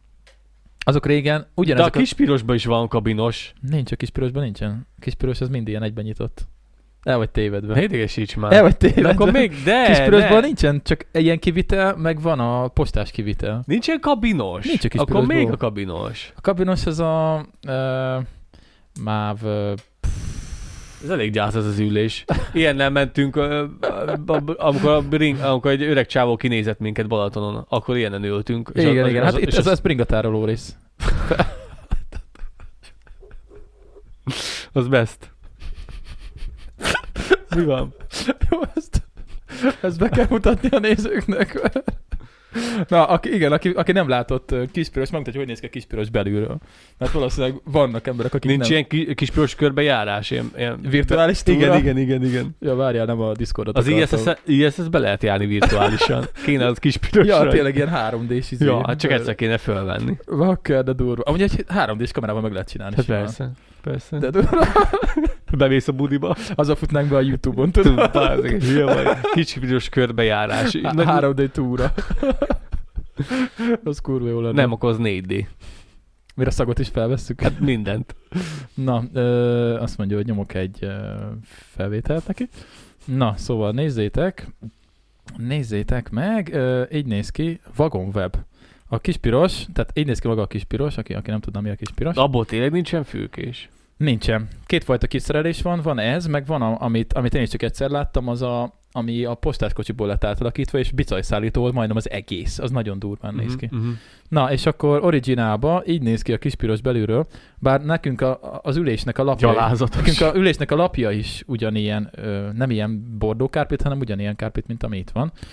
Azok régen ugyanezek De a Kispirosban is van kabinos. Nincs, a Kispirosban nincsen. A Kispiros az mind ilyen egyben nyitott. El vagy tévedve. Ne idegesíts már. El vagy tévedve. De akkor még, de, Kispirosban de. nincsen, csak ilyen kivitel, meg van a postás kivitel. Nincsen kabinos. Nincs a Akkor Kispirosból. még a kabinos. A kabinos az a uh, máv... Uh, Ez elég gyász ez az ülés. Ilyennel mentünk, ö, amikor, a bring, amikor egy öreg csávó kinézett minket Balatonon, akkor ilyenen ültünk. igen, az, igen, az, hát itt és ez az, a Springatároló rész. az best. Mi van? Jó, ezt, ezt be kell mutatni a nézőknek. Na, aki, igen, aki, aki nem látott uh, Kispiros, megmutatja, hogy néz ki a Kispiros belülről. Mert valószínűleg vannak emberek, akik Nincs nem... ilyen ki, Kispiros körbejárás? Ilyen, ilyen... Virtuális túra? Igen, igen, igen, igen. Ja, várjál, nem a Discordot Az I S S, I S S be lehet járni virtuálisan. Kéne az Kispirosra. Ja, tényleg ilyen három dés izé. Ja, hát csak egyszer kéne fölvenni. Vakker, de durva. Amúgy egy három dés kamerával meg lehet csinálni. Hát simán. persze, persze. De durva. Bemész a budiba. Azzal futnánk be a YouTube-on, tudod? Tudod, hülye vagy. Kispiros körbejárás. Há- három dé túra. Az kurva jó lenne. Nem, akkor az négy D. Mire a szagot is felvesszük? Hát mindent. Na, ö, azt mondja, hogy nyomok egy ö, felvételt neki. Na, szóval nézzétek, nézzétek meg, ö, így néz ki, Wagonweb. A Kispiros, tehát így néz ki maga a Kispiros, aki, aki nem tudna, mi a Kispiros. Abból tényleg nincsen fülkés. Nincsen. Kétfajta kiszerelés van, van ez, meg van, a, amit, amit én is csak egyszer láttam, az a, ami a postáskocsiból lett átalakítva, és bicajszállító volt majdnem az egész. Az nagyon durván néz ki. Uh-huh, uh-huh. Na, és akkor originálba így néz ki a Kispiros belülről, bár nekünk a, az ülésnek a lapja... Gyalázatos. Nekünk a ülésnek a lapja is ugyanilyen, ö, nem ilyen bordó kárpit, hanem ugyanilyen kárpit, mint ami itt van.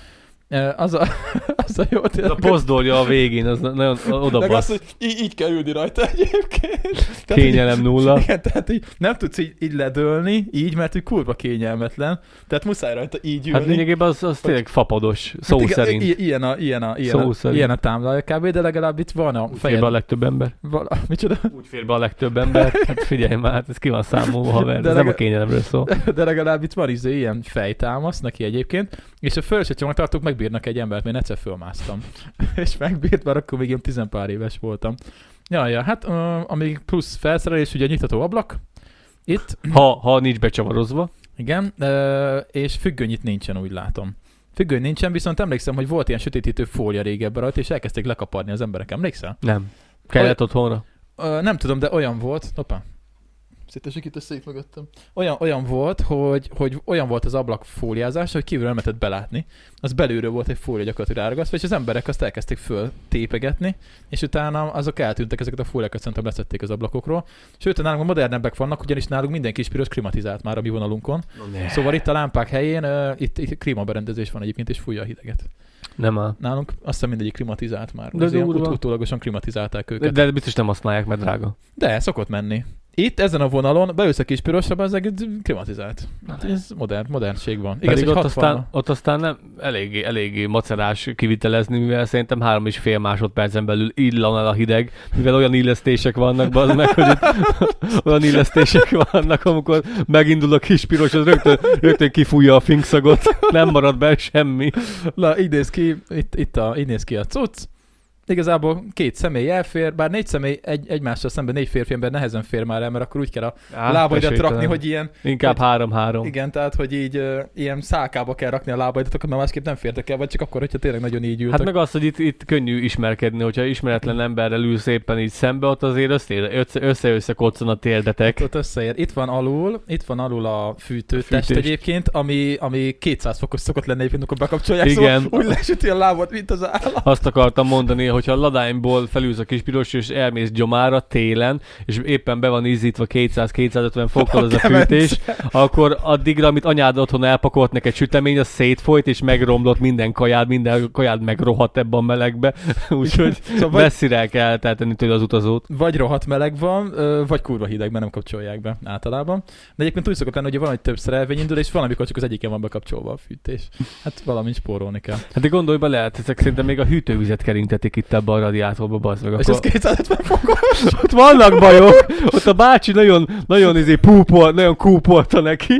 Az a, az a jó Ez tényleg. a pozdolja a végén, az nagyon oda Meg bassz. az, hogy így, így kell ülni rajta egyébként. Kényelem nulla. Igen, tehát így nem tudsz így, így ledőlni, így, mert úgy kurva kényelmetlen. Tehát muszáj rajta így ülni. Hát lényegében az, az tényleg fapados, szó hát igen, szerint. i- Ilyen a, ilyen a, ilyen Szó a, szerint. ilyen a támlája kb, de legalább itt van a Úgy fér be a legtöbb ember. Vala, micsoda? Úgy fér be a legtöbb ember. Hát figyelj már, hát ez ki van számolva, haver. De Ez nem a legalább- kényelemről szól. De legalább itt van izé, ilyen fejtámasz neki egyébként, és a fölös csomagtartók megbírnak egy embert, mert én egyszer fölmásztam. És megbírt, mert akkor még ilyen tizenpár éves voltam. Ja, ja, hát uh, amíg plusz felszerelés, ugye nyitható ablak. Itt, Ha, ha nincs becsavarozva. igen, uh, és függöny itt nincsen, úgy látom. Függöny nincsen, viszont emlékszem, hogy volt ilyen sötétítő fólia régebben rajta, és elkezdték lekaparni az emberek. Emlékszel? Nem. Kellett otthonra? Uh, nem tudom, de olyan volt, hoppá, szétesik itt össze itt mögöttem. Olyan, olyan volt, hogy, hogy olyan volt az ablak fóliázás, hogy kívülről nem lehetett belátni. Az belülről volt egy fólia gyakorlatilag ráragasztva, és az emberek azt elkezdték föl tépegetni, és utána azok eltűntek, ezeket a fóliákat szerintem leszették az ablakokról. Sőt, nálunk a modernebbek vannak, ugyanis nálunk minden kispiros klimatizált már a mi vonalunkon. No, Szóval itt a lámpák helyén uh, itt, itt klímaberendezés van egyébként, és fújja a hideget. Nem áll. Nálunk azt hiszem mindegyik klimatizált már. De Az ilyen durva. ut- utólagosan klimatizálták őket. De biztos nem használják, mert drága. De szokott menni. Itt, ezen a vonalon, beülsz a kis pirosra, az egész klimatizált. Hát ez modern, modernség van. Igaz, Pedig hogy ott hatvan aztán, ott aztán nem eléggé, eléggé macerás kivitelezni, mivel szerintem három és fél másodpercen belül illan el a hideg, mivel olyan illesztések vannak, bazd meg, hogy itt olyan illesztések vannak, amikor megindul a kis piros, az rögtön, rögtön kifújja a finkszagot, nem marad benne semmi. Na, így néz ki, itt, itt a, így néz ki a cucc. Igazából két személy elfér, bár négy személy egy, egymással szemben négy férfi ember nehezen fér már el, mert akkor úgy kell a Á, lábaidat esélytelen. rakni, hogy ilyen, Inkább hogy- három-három. igen, tehát, hogy így uh, ilyen szálkába kell rakni a lábaidat, akkor már másképp nem fértek el, vagy csak akkor, hogyha tényleg nagyon így ültek. Hát meg az, hogy itt, itt könnyű ismerkedni, hogyha ismeretlen emberrel ülsz éppen így szembe, ott azért össze- össze-össze koccan a térdetek. Ott összeér. Itt van alul, itt van alul a fűtőtest Fűtés. egyébként, ami, ami kétszáz fokos szokott lenni egyébként, amikor bekapcsolják, Igen. szóval úgy lesüti a lábad, mint az állat. Azt akartam mondani, hogyha a ladányból felülsz a kis piros, és elmész gyomára télen, és éppen be van izzítva kétszáz-kétszázötven fokkal az a fűtés, akkor addigra, amit anyád otthon elpakolt neked sütemény, az szétfolyt, és megromlott minden kajád, minden kajád megrohadt ebben a melegbe, úgyhogy Szóval vagy, messzire el kell tenni tőle az utazót. vagy rohadt meleg van, ö, vagy kurva hideg, mert nem kapcsolják be általában. De egyébként úgy szokott lenni, hogy valami több szerelvény indul, és valamikor csak az egyiken van bekapcsolva a fűtés. Hát valamint spórolni kell. Hát de gondolj be, lehet, ezek szerintem még a hűtővizet kerintetik itt ebbe a radiátorba, bazd meg. És Akkor... ez kétszázötven fokos. Ott vannak bajok, ott a bácsi nagyon, nagyon izé púpolt, nagyon kúpolta neki.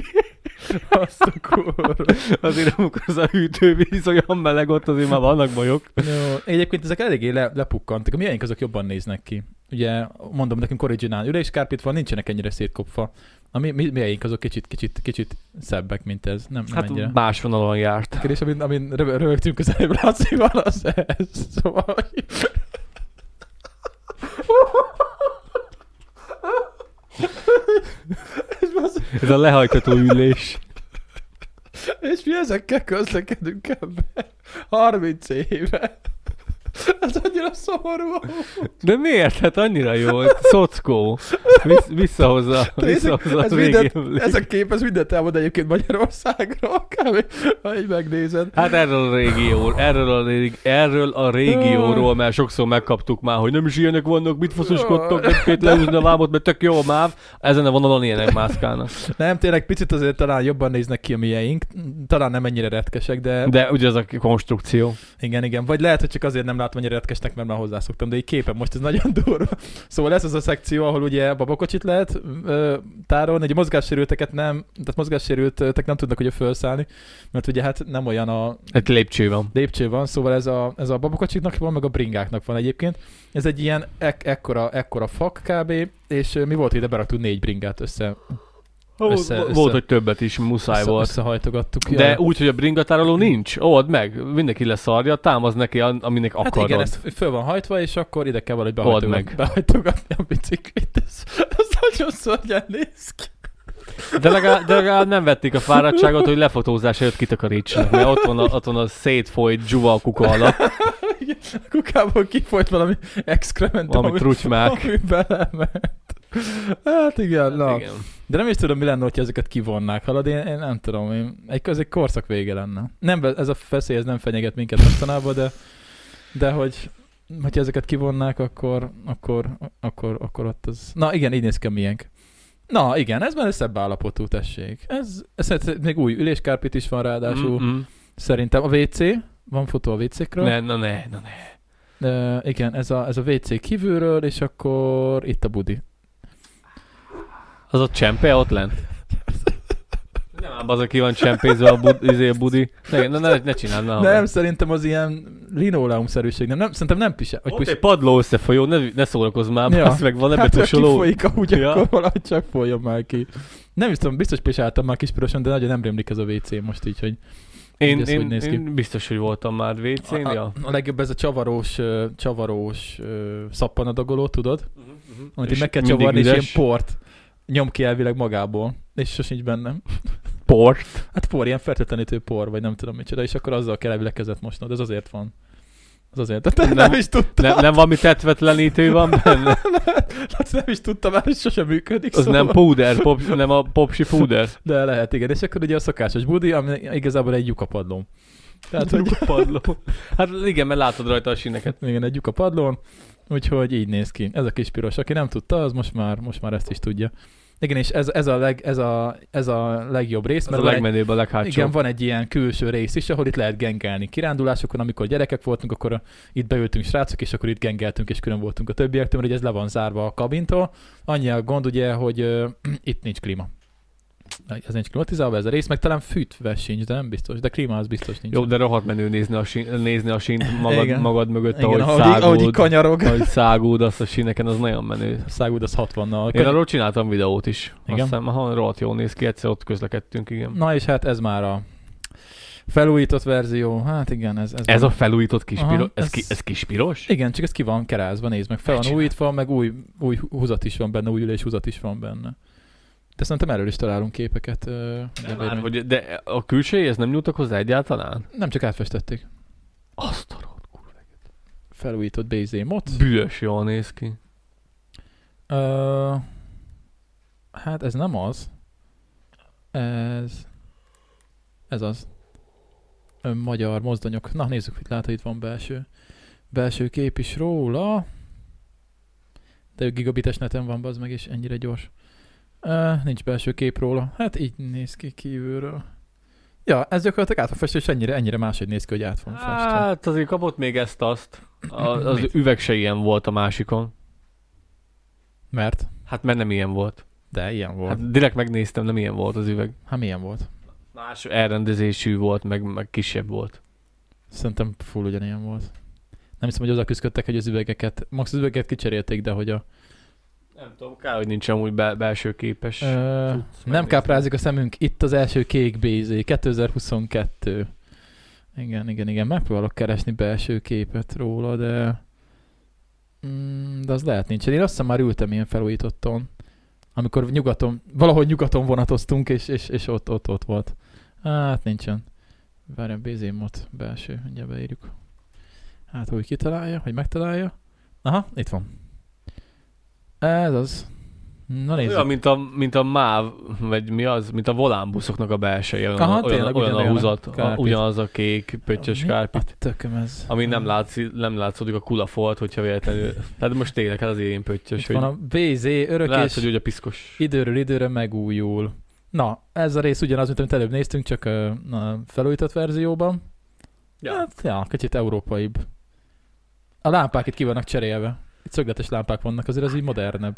Azt a kurva. Azért amikor az a hűtővíz olyan meleg, ott azért már vannak bajok. Jó. Egyébként ezek eléggé le, lepukkantak. A miénk azok jobban néznek ki. Ugye mondom, nekünk originál üléskárpit van, nincsenek ennyire szétkopva. A mi, mi, miénk azok kicsit, kicsit, kicsit szebbek, mint ez. Nem, nem Hát ennyire. más vonalon járt. És amin, amin röv- rögtünk az előbb Lacival, az ez. Szóval... Ez a lehajtató ülés. És mi ezekkel közlekedünk ebbe? harminc éve. Ez annyira szomorú. De miért? Hát annyira jó. Szockó. Vissz, visszahozza, visszahozza ez a mindent, régi ez a kép, ez mindent elmond egyébként Magyarországról, kb. Ha így megnézed. Hát erről a régióról, erről a, régi, erről a régióról, mert sokszor megkaptuk már, hogy nem is ilyenek vannak, mit faszoskodtok, nem kell lehúzni a vámot, mert tök jó a máv. Ezen a vonalon ilyenek mászkálnak. Nem, tényleg picit azért talán jobban néznek ki a mieink, talán nem ennyire retkesek, de... De ugye az a konstrukció. Igen, igen. Vagy lehet, hogy csak azért nem látom annyira retkesnek, mert már hozzászoktam, de így képen most ez nagyon durva. Szóval lesz az a szekció, ahol ugye babakocsit lehet ö, tárolni, ugye mozgássérülteket nem, tehát mozgássérültek nem tudnak ugye felszállni, mert ugye hát nem olyan a Egy lépcső van. lépcső van, szóval ez a, ez a babakocsiknak van, meg a bringáknak van egyébként. Ez egy ilyen ek, ekkora, ekkora fak kb. És ö, mi volt, hogy ide beraktunk négy bringát össze. Össze- Volt, össze- hogy többet is, muszáj össze, volt. Összehajtogattuk. De Ja. úgy, hogy a bringatároló nincs, old meg, mindenki leszarja, támaz neki, aminek Hát akarod. igen, ez föl van hajtva, és akkor ide kell valahogy Old behajtogatni, meg. behajtogatni a biciklit. Ez, ez nagyon szörnyen néz ki. De legalább, de legalább nem vették a fáradtságot, hogy lefotózás előtt kitakarítsanak, mert ott van a, ott van a szétfolyt dzsuva a kuka alatt, Igen, a kukából kifolyt valami excrement, valami ami, trutymák. ami belement. Hát igen, na. Igen. De nem is tudom, mi lenne, hogyha ezeket kivonnák. Halad, én, én nem tudom, én, egy, ez egy korszak vége lenne. Nem, ez a veszély, ez nem fenyeget minket mostanában, de, de hogy hogyha ezeket kivonnák, akkor, akkor, akkor, akkor ott az... Na igen, így néz ki a miénk. Na igen, ez már egy szebb állapotú, tessék. Ez, ez még új üléskárpit is van ráadásul. Mm-hmm. Szerintem a vé cé, van fotó a vé cékről. Ne, na ne, na ne. De igen, ez a, ez a vé cé kívülről, és akkor itt a budi. Az ott csempe ott lent? Nem ám az, aki van csempézve a, bud, izé, a budi. Ne, ne, ne, ne csináld, ne. Nem, szerintem az ilyen linoleum-szerűség. Nem, nem, szerintem nem pisel. Ott pis... egy padló összefolyó, ne, ne szórakozz már, ja. Azt meg van ebbe hát, tusoló. Hát kifolyik amúgy, ja. Akkor valahogy csak folyjon már ki. Nem is tudom, biztos pisáltam már Kispiroson, de nagyon nem rémlik ez a vé cé most így, hogy... Én, ez, én, én biztos, hogy voltam már vé cén, a, ja. A legjobb ez a csavarós, csavarós szappanadagoló, tudod? Uh-huh, uh-huh. Amit így meg kell csavarni, és ilyen port nyom ki elvileg magából, és sosincs bennem. Port? Hát por, ilyen fertőtlenítő por, vagy nem tudom micsoda, és akkor azzal kell elvileg kezet mosnod, ez azért van. Az azért, tehát nem, nem is tudtam. Nem, nem valami tetvetlenítő van benne? Hát nem is tudtam, már is sosem működik. Az szóval. Nem púder, pop, nem a popsi púder. De lehet, igen. És akkor ugye a szokásos budi, ami igazából egy lyukapadlón. Tehát, hogy... Lyukapadló. Hát igen, mert látod rajta a síneket. Igen, egy lyukapadlón, úgyhogy így néz ki. Ez a kis piros. Aki nem tudta, az most már, most már ezt is tudja. Igen, és ez, ez, a, leg, ez, a, ez a legjobb rész. Mert a legmenőbb, a leghátsó. Igen, van egy ilyen külső rész is, ahol itt lehet gengelni. Kirándulásokon, amikor gyerekek voltunk, akkor a, itt beültünk srácok, és akkor itt gengeltünk, és külön voltunk a többiektől, mert ugye ez le van zárva a kabintól. Annyi a gond ugye, hogy uh, itt nincs klíma. Ez nincs klimatizálva ez a rész, meg talán fűtve sincs, de nem biztos, de klíma az biztos nincs. Jó, de rohadt menő nézni a, sín, nézni a sínt magad, magad mögött, igen, ahogy, ahogy szágód, ahogy kanyarog. Ahogy szágódasz a síneken, az nagyon menő. Szágód az hatvannal. Én arról csináltam videót is. Igen? Azt hiszem, ha rohadt jól néz ki, egyszer ott közlekedtünk, igen. Na és hát ez már a felújított verzió, hát igen. Ez, ez, ez van. A felújított kispiros? Aha, ez, ez, ki, ez kispiros? Igen, csak ez ki van kerázva, nézd meg. Fel van újítva, meg új, új húzat is van benne, új ülés húzat is van benne. De szerintem erről is találunk képeket. De, már, hogy, de a külsőjéhez nem nyúltak hozzá egyáltalán? Nem, csak átfestették. Azt a rohadt kurveget. Felújított bé zé mod. Büdös jól néz ki. Uh, hát ez nem az. Ez... Ez az. Ön magyar mozdonyok. Na nézzük, hogy látod, itt van belső. Belső kép is róla. De gigabites neten van, bazd meg, és ennyire gyors. Uh, nincs belső kép róla. Hát így néz ki kívülről. Ja, ez gyakorlatilag át van festve, és ennyire, ennyire máshogy néz ki, hogy át van festve. Hát azért kapott még ezt-azt. A, az üveg se ilyen volt a másikon. Mert? Hát mert nem ilyen volt. De ilyen volt. Hát direkt megnéztem, nem ilyen volt az üveg. Hát milyen volt? Más elrendezésű volt, meg, meg kisebb volt. Szerintem full ugyanilyen volt. Nem hiszem, hogy azzal küzdöttek, hogy az üvegeket, max az üvegeket kicserélték, de hogy a... Nem tudom, kár, hogy nincs amúgy be, belső képes. Ö, nem káprázik a szemünk, itt az első kék bé zé, kétezer-huszonkettő. Igen, igen, igen, megpróbálok keresni belső képet róla, de... Mm, de az lehet nincsen. Én azt hiszem már ültem ilyen felújítotton, amikor nyugaton, valahogy nyugaton vonatoztunk, és, és, és ott, ott, ott volt. Hát nincsen. Várjál, bé zé mod belső, mindjárt beírjuk. Hát, hogy kitalálja, hogy megtalálja. Aha, itt van. Ez az. Na nézzük. Olyan, mint a, mint a MÁV, vagy mi az, mint a volánbuszoknak a belseje. Olyan, aha, olyan, tényleg, olyan a húzat, a, kárpit. ugyanaz a kék pöttyös mi kárpit. Tököm ez. Ami nem, látszik, nem látszódik a kulafolt, hogyha véletlenül. Tehát most tényleg hát az ilyen pöttyös. Itt van a bé zé örök látsz, és hogy úgy a piszkos. időről időre megújul. Na, ez a rész ugyanaz, mint amit előbb néztünk, csak a, a felújított verzióban. Ja. Hát, ja, kicsit európaibb. A lámpák itt ki vannak cserélve. Itt szögletes lámpák vannak, azért az így modernebb.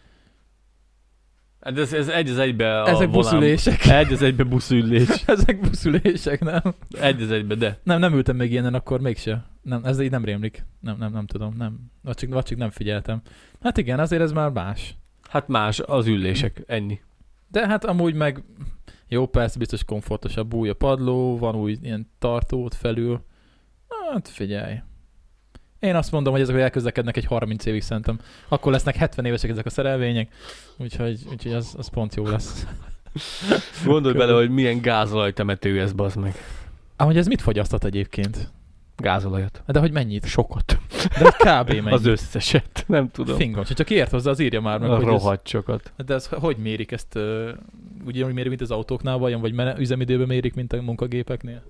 Hát ez, ez egy az egybe a ezek buszülések. Egy az egybe buszülés. Ezek buszülések, nem? Egy az egybe, de. Nem, nem ültem még ilyenen, akkor mégse. Nem, ez így nem rémlik. Nem, nem, nem tudom, nem. Vagy csak, vagy csak nem figyeltem. Hát igen, azért ez már más. Hát más az ülések, ennyi. De hát amúgy meg jó, persze biztos komfortosabb, új a padló, van új ilyen tartót felül. Hát figyelj. Én azt mondom, hogy ezek elközlekednek egy harminc évig szerintem. Akkor lesznek hetven évesek ezek a szerelvények, úgyhogy, úgyhogy az, az pont jó lesz. Gondolj bele, hogy milyen gázolajtemető ez, bazd meg. Ahogy ez mit fogyasztat egyébként? Gázolajat. De hogy mennyit? Sokat. De kb. Mennyi? Az összeset, nem tudom. Fingom, csak ért hozzá, az írja már meg, A hogy rohadt sokat. ez, de ez hogy mérik ezt? Uh, úgy mérik, mint az autóknál vajon, vagy mene, üzemidőben mérik, mint a munkagépeknél?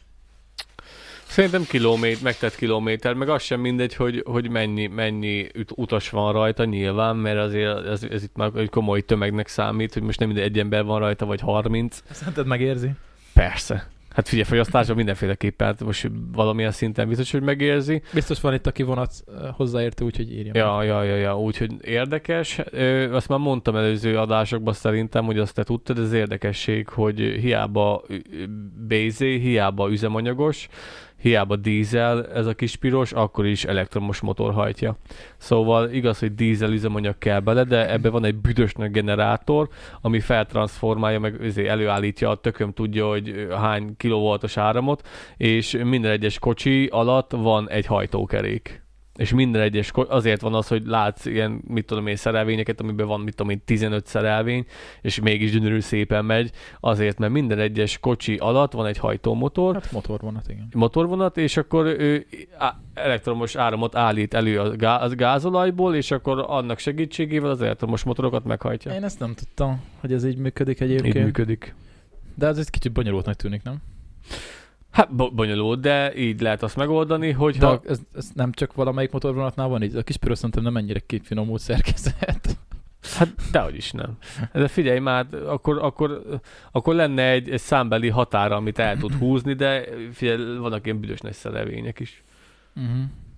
Szerintem kilométer, megtett kilométer, meg az sem mindegy, hogy, hogy mennyi, mennyi utas van rajta nyilván, mert azért ez, ez itt már egy komoly tömegnek számít, hogy most nem mindegy egy ember van rajta, vagy harminc. Szerinted megérzi? Persze. Hát figyelj, fogyasztásban mindenféleképpen, hát most valamilyen szinten biztos, hogy megérzi. Biztos van itt, aki vonat hozzáértő, úgyhogy írja. Ja, ja, ja, ja, úgyhogy érdekes. Ö, azt már mondtam előző adásokban szerintem, hogy azt te tudtad, ez érdekesség, hogy hiába bé zé, hiába üzemanyagos, hiába dízel ez a kis piros, akkor is elektromos motor hajtja. Szóval igaz, hogy dízel üzemanyag kell bele, de ebben van egy büdös nagy generátor, ami feltranszformálja, meg azért előállítja, a tököm tudja, hogy hány kilovoltos áramot, és minden egyes kocsi alatt van egy hajtókerék. És minden egyes, azért van az, hogy látsz ilyen, mit tudom én, szerelvényeket, amiben van, mit tudom én, tizenöt szerelvény, és mégis gyönyörű szépen megy, azért, mert minden egyes kocsi alatt van egy hajtómotor. Hát motorvonat, igen. Motorvonat, és akkor ő elektromos áramot állít elő a gáz, gázolajból, és akkor annak segítségével az elektromos motorokat meghajtja. Én ezt nem tudtam, hogy ez így működik egyébként. Így működik. De ez egy kicsit bonyolultnak tűnik, nem? Hát bo- bonyolult, de így lehet azt megoldani, hogy de ha... ez, ez nem csak valamelyik motorvonatnál van így? A kis piros szerintem nem ennyire kifinomult szerkezet. Hát dehogy is nem. De figyelj már, akkor, akkor, akkor lenne egy, egy számbeli határa, amit el tud húzni, de figyelj, vannak ilyen büdös nagy szerelvények is. Uh-huh.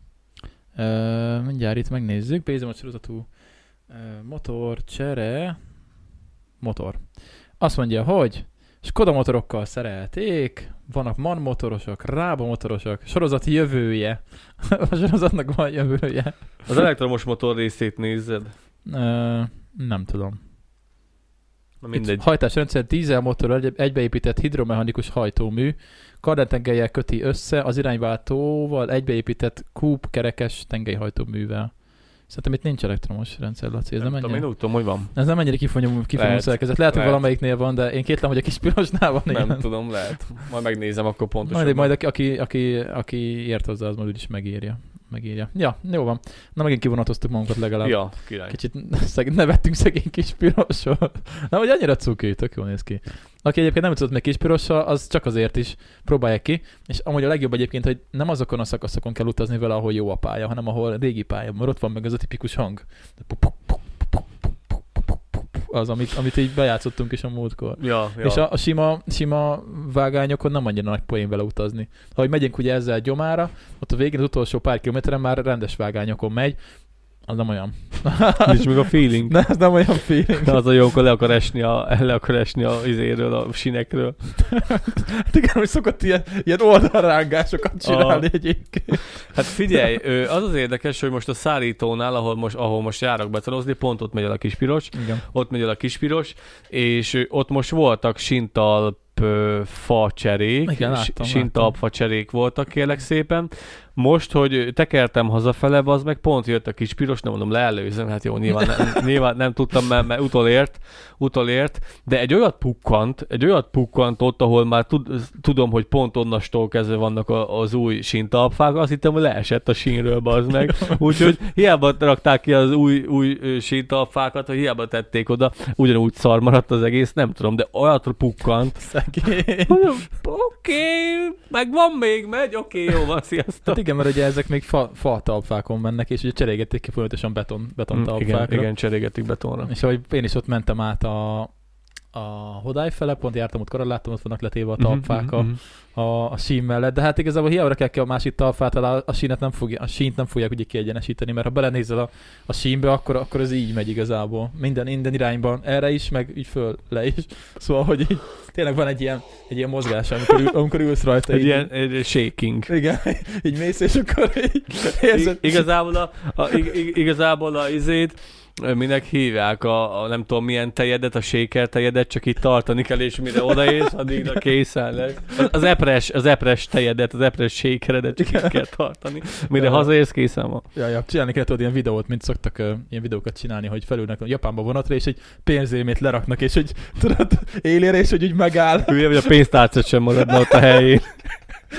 Uh, mindjárt itt megnézzük. Bézemot sorozatú uh, motor, csere, motor. Azt mondja, hogy Skoda motorokkal szerelték, vannak MAN motorosok, Rába motorosok, sorozati jövője. A sorozatnak van jövője. Az elektromos motor részét nézzed? Uh, nem tudom. Na mindegy. Itt hajtásrendszer, dízelmotorral egy, egybeépített hidromechanikus hajtómű, kardantengellyel köti össze az irányváltóval egybeépített kúp kerekes tengelyhajtóművel. Szerintem itt nincs elektromos rendszer, Laci. Ez nem, nem tudom, én úgy tudom, hogy van. Ez nem ennyire kifinomult szerkezet. Lehet, hogy valamelyiknél van, de én kétlem, hogy a kis pirosnál van. Nem ilyen. tudom, lehet. Majd megnézem akkor pontosan. Majd, majd aki, aki, aki, aki ért hozzá, az majd úgyis megírja. megírja. Ja, jó van. Na megint kivonatoztuk magunkat legalább. Ja, király. Kicsit szeg- nevettünk szegény kis pirosról. Na, hogy annyira cuki, tök jól néz ki. Aki egyébként nem tudott meg kis pirossal, az csak azért is próbálják ki. És amúgy a legjobb egyébként, hogy nem azokon a szakaszokon kell utazni vele, ahol jó a pálya, hanem ahol régi pálya, mert ott van meg az a tipikus hang. Az, amit, amit így bejátszottunk is a múltkor. Ja, ja. És a, a sima, sima vágányokon nem annyira nagy poén vele utazni. Ha hogy megyünk ugye ezzel Gyomára, ott a végén az utolsó pár kilométeren már rendes vágányokon megy, az nem olyan. Nincs meg a feeling. Ne, az nem olyan feeling. De az a jó, akkor le akar esni a, le akar esni a izéről, a sinekről. Hát igen, hogy szokott ilyen, ilyen oldalrángásokat csinálni ah. egyébként. Hát figyelj, az az érdekes, hogy most a szállítónál, ahol most, ahol most járok betonozni, pont ott megy el a kispiros. Igen. Ott megy el a kispiros, és ott most voltak sintalp fa cserék, igen, láttam, sintalp fa cserék voltak, kérlek szépen. Most, hogy tekertem hazafele, az meg pont jött a kis piros, nem mondom, leelőzem, hát jó, nyilván nem, nyilván nem tudtam, mert, mert utolért, utolért, de egy olyat pukkant, egy olyat pukkant ott, ahol már tud, tudom, hogy pont onnastól kezdve vannak a, az új sintalpfák, azt hittem, hogy leesett a sínről, bazd meg. Úgyhogy hiába rakták ki az új, új sintalpfákat, hogy hiába tették oda, ugyanúgy szar maradt az egész, nem tudom, de olyat pukkant. Oké, okay, meg van még, megy, oké, okay, jó van, sziasztok. Hát igen, mert ugye ezek még fa, fa talpfákon mennek, és ugye cserégették ki folyamatosan beton, beton mm, talpfákra. Igen, igen, cserégetik betonra. És ahogy én is ott mentem át a, a Hodály fele, pont jártam ott korán, láttam, ott vannak letéve a talpfák mm-hmm. a, a, a sín mellett, de hát igazából hiába rakják ki a másik talpfát, a, a, sínet nem fogja, a sínt nem fogják ugye kiegyenesíteni, mert ha belenézel a, a sínbe, akkor, akkor ez így megy igazából. Minden, minden irányban, erre is, meg így föl, le is. Szóval, hogy így tényleg van egy ilyen, egy ilyen mozgás, amikor, ül, amikor ülsz rajta. Egy így, ilyen egy shaking. Igen, így mész, és akkor így érzed. I- igazából a, a, ig- igazából a izét, minek hívják a, a nem tudom milyen tejedet, a shaker tejedet, csak itt tartani kell, és mire odaérsz, addigra készen lesz. Az, az epres, az epres tejedet, az epres shakeredet csak itt kell tartani. Mire ja. hazaérsz, készen van. Ja, ja, csinálni kell tudod ilyen videót, mint szoktak uh, ilyen videókat csinálni, hogy felülnek a Japánba vonatra, és egy pénzélmét leraknak, és hogy tudod, élére, és hogy úgy megáll. Hülye, hogy a pénztárcát sem maradna ott a helyén.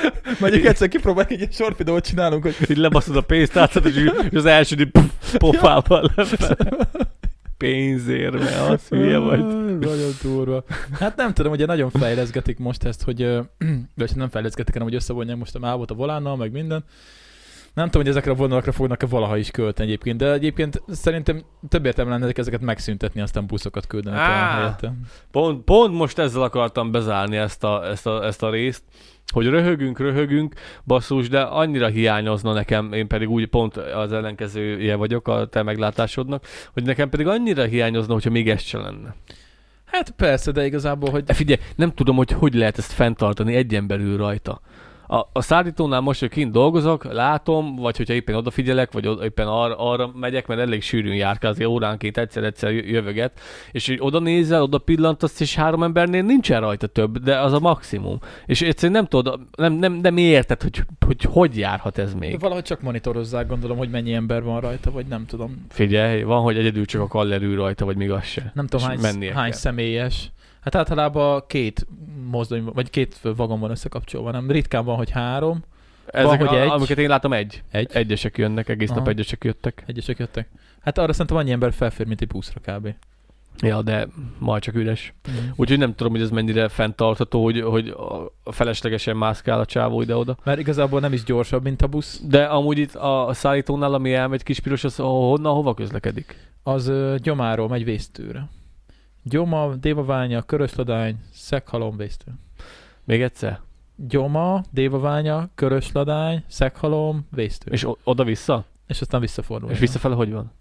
Mondjuk egyszer kipróbáljuk, egy ilyen short videót csinálunk, hogy... Így lebaszod a pénztárcát, és az első így pofával lefelé. Pénzérme, az hülye vagy. Nagyon durva. Hát nem tudom, ugye nagyon fejleszgetik most ezt, hogy... De nem fejleszgetik, hanem hogy összevonják most a mávot a volánnal, meg minden. Nem tudom, hogy ezekre a vonalakra fognak-e valaha is költeni egyébként, de egyébként szerintem több értelme lenne ezeket megszüntetni, aztán buszokat küldenek el helyette. Pont, pont most ezzel akartam bezárni ezt a, ezt, a, ezt a részt, hogy röhögünk, röhögünk, basszus, de annyira hiányozna nekem, én pedig úgy pont az ellenkezője vagyok a te meglátásodnak, hogy nekem pedig annyira hiányozna, hogyha még ez se lenne. Hát persze, de igazából, hogy... De figyelj, nem tudom, hogy hogy lehet ezt fenntartani egyen belül rajta. A, a szállítónál most, hogy kint dolgozok, látom, vagy hogyha éppen odafigyelek, vagy oda, éppen arra, arra megyek, mert elég sűrűn járkál, azért óránként egyszer-egyszer jövöget, és hogy oda nézel, oda pillantasz, és három embernél nincsen rajta több, de az a maximum. És egyszerűen nem tudod, nem, nem, nem érted, hogy, hogy hogy járhat ez még. De valahogy csak monitorozzák, gondolom, hogy mennyi ember van rajta, vagy nem tudom. Figyelj, van, hogy egyedül csak a kallerű rajta, vagy még az se. Nem tudom, hány, hány személyes. Hát általában két mozdony, vagy két vagon van összekapcsolva, nem? Ritkán van, hogy három. Ezek, van, hogy egy. Amiket én látom, egy. egy. Egyesek jönnek, egész Aha. nap egyesek jöttek. Egyesek jöttek. Hát arra szerintem annyi ember felfér, mint egy buszra kb. Ja, de majd csak üres. Mm. Úgyhogy nem tudom, hogy ez mennyire fenntartható, hogy, hogy a feleslegesen mászkál a csávó ide-oda. Mert igazából nem is gyorsabb, mint a busz. De amúgy itt a szállítónál, ami elmegy Kispiros, az honnan, hova közlekedik? Az uh, Gyomáról megy Vésztőre. Gyoma, Dévaványa, Körösladány, Szeghalom, Vésztő. Még egyszer? Gyoma, Dévaványa, Körösladány, Szeghalom, Vésztő. És o- oda-vissza? És aztán visszafordul. És visszafele hogy van?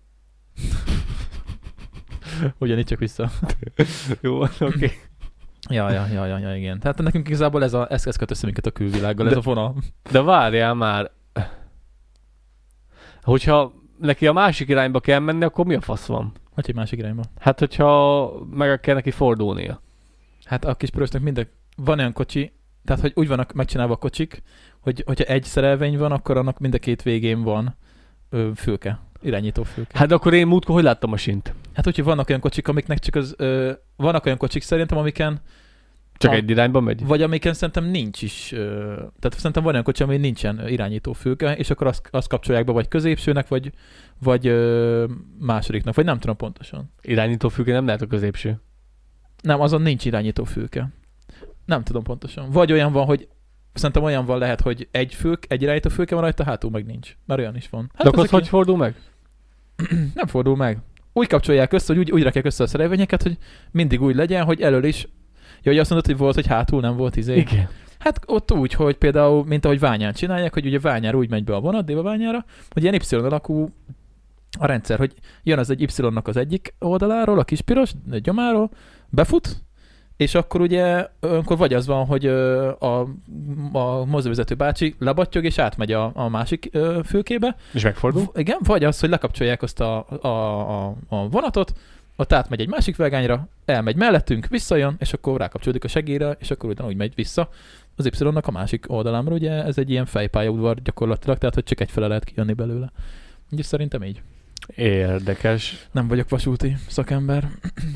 Ugyanígy csak vissza. Jó, oké. Okay. Ja, ja, ja, ja, ja, igen. Tehát nekünk igazából ez, a, ez, ez köt össze minket a külvilággal, de, ez a vonal. De várjál már. Hogyha neki a másik irányba kell menni, akkor mi a fasz van? Hogy egy másik irányba? Hát, hogyha meg kell neki fordulnia. Hát a Kispirosnak minden... Van olyan kocsi, tehát hogy úgy vannak megcsinálva a kocsik, hogy hogyha egy szerelvény van, akkor annak mind a két végén van ö, fülke, irányító fülke. Hát akkor én múltkor hogy láttam a sint? Hát úgyhogy vannak olyan kocsik, amiknek csak az... Ö, vannak olyan kocsik szerintem, amiken... Csak a, egy irányba megy? Vagy amiken szerintem nincs is... Ö, tehát szerintem van olyan kocsi, ami nincsen irányító fülke, és akkor azt, azt kapcsolják be vagy középsőnek, vagy, vagy ö, másodiknak, vagy nem tudom pontosan. Irányító fülke nem lehet a középső. Nem, azon nincs irányító fülke. Nem tudom pontosan. Vagy olyan van, hogy szerintem olyan van lehet, hogy egy fülk, egy irányító fülke van rajta, hátul meg nincs. Mert olyan is van. Hát de akkor hogy fordul meg? Nem fordul meg. Úgy kapcsolják össze, hogy úgy, úgy rakják össze a szerelvényeket, hogy mindig úgy legyen, hogy elől is. Ja, hogy azt mondod, hogy volt, hogy hátul nem volt izé. Igen. Hát ott úgy, hogy például, mint ahogy Ványán csinálják, hogy ugye Ványára úgy megy be a vonat, Dévaványára, hogy ilyen Y alakú a rendszer, hogy jön az egy Y-nak az egyik oldaláról, a Kispiros, a Gyomáról, befut, és akkor ugye akkor vagy az van, hogy a, a mozdonyvezető bácsi lebattyog, és átmegy a, a másik fülkébe. És megfordul? V- igen, vagy az, hogy lekapcsolják azt a, a, a, a vonatot, ott átmegy egy másik vágányra, elmegy mellettünk, visszajön, és akkor rákapcsolódik a segélyre, és akkor ugyanúgy megy vissza az Y-nak a másik oldalámra. Ugye ez egy ilyen fejpályaudvar gyakorlatilag, tehát hogy csak egyfele lehet kijönni belőle. Úgyhogy szerintem így. Érdekes. Nem vagyok vasúti szakember.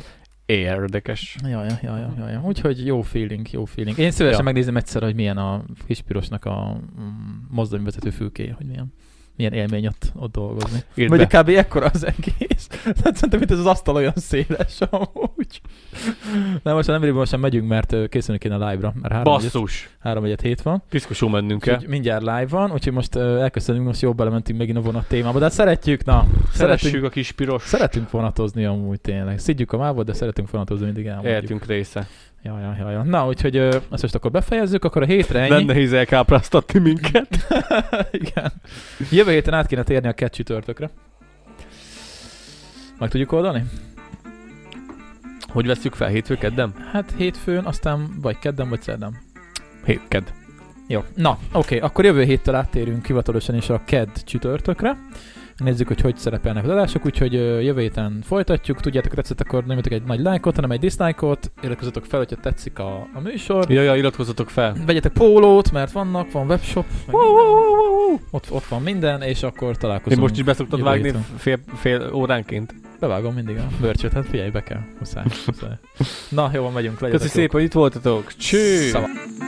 Érdekes. Ja, ja, ja, ja, ja, ja. Úgyhogy jó feeling, jó feeling. Én szívesen ja. megnézem egyszer, hogy milyen a Kispirosnak a mozdonyvezető fülkéje, hogy milyen, milyen élmény ott, ott dolgozni. Vagy kb. Ekkora az egész. Szerintem, mint ez az asztal olyan széles amúgy. Nem, most nem most sem megyünk, mert készülni kéne a live-ra. Mert basszus! három egyet hét van. Piszkosul mennünk kell. Mindjárt live van, úgyhogy most elköszönünk, most jobb belementünk megint a vonat témába. De hát szeretjük, na! Szeressük a Kispiros. Szeretünk vonatozni amúgy tényleg. Szidjuk a mávot, de szeretünk vonatozni, mindig elmondjuk. Értünk része. Ja, ja, ja, ja. Na, úgyhogy ezt most akkor befejezzük, akkor a hétre ennyi. Nem nehéz elkápráztatni minket. Igen. Jövő héten át kéne térni a kett csütörtökre. Meg tudjuk oldani? Hogy vesszük fel? Hétfő, kedden? Hát hétfőn, aztán vagy kedden, vagy szerdán. Hét, kedd. Jó. Na, oké. Okay. Akkor jövő héttől áttérünk hivatalosan is a kedd csütörtökre. Nézzük, hogy hogy szerepelnek az adások, úgyhogy jövő héten folytatjuk. Tudjátok, tetszett, akkor nyomjatok egy nagy lájkot, hanem egy dislike-ot. Iratkozzatok fel, hogyha tetszik a, a műsor. Ja, ja, iratkozzatok fel. Vegyetek pólót, mert vannak, van webshop. Ott, ott van minden, és akkor találkozunk. Én most is beszoktad vágni fél, fél óránként? Bevágom mindig a bőrcsöt, hát figyelj, be kell. Muszáj, muszáj. Na, jó van, megyünk. Köszi szépen, hogy itt voltatok. Cső! Szava.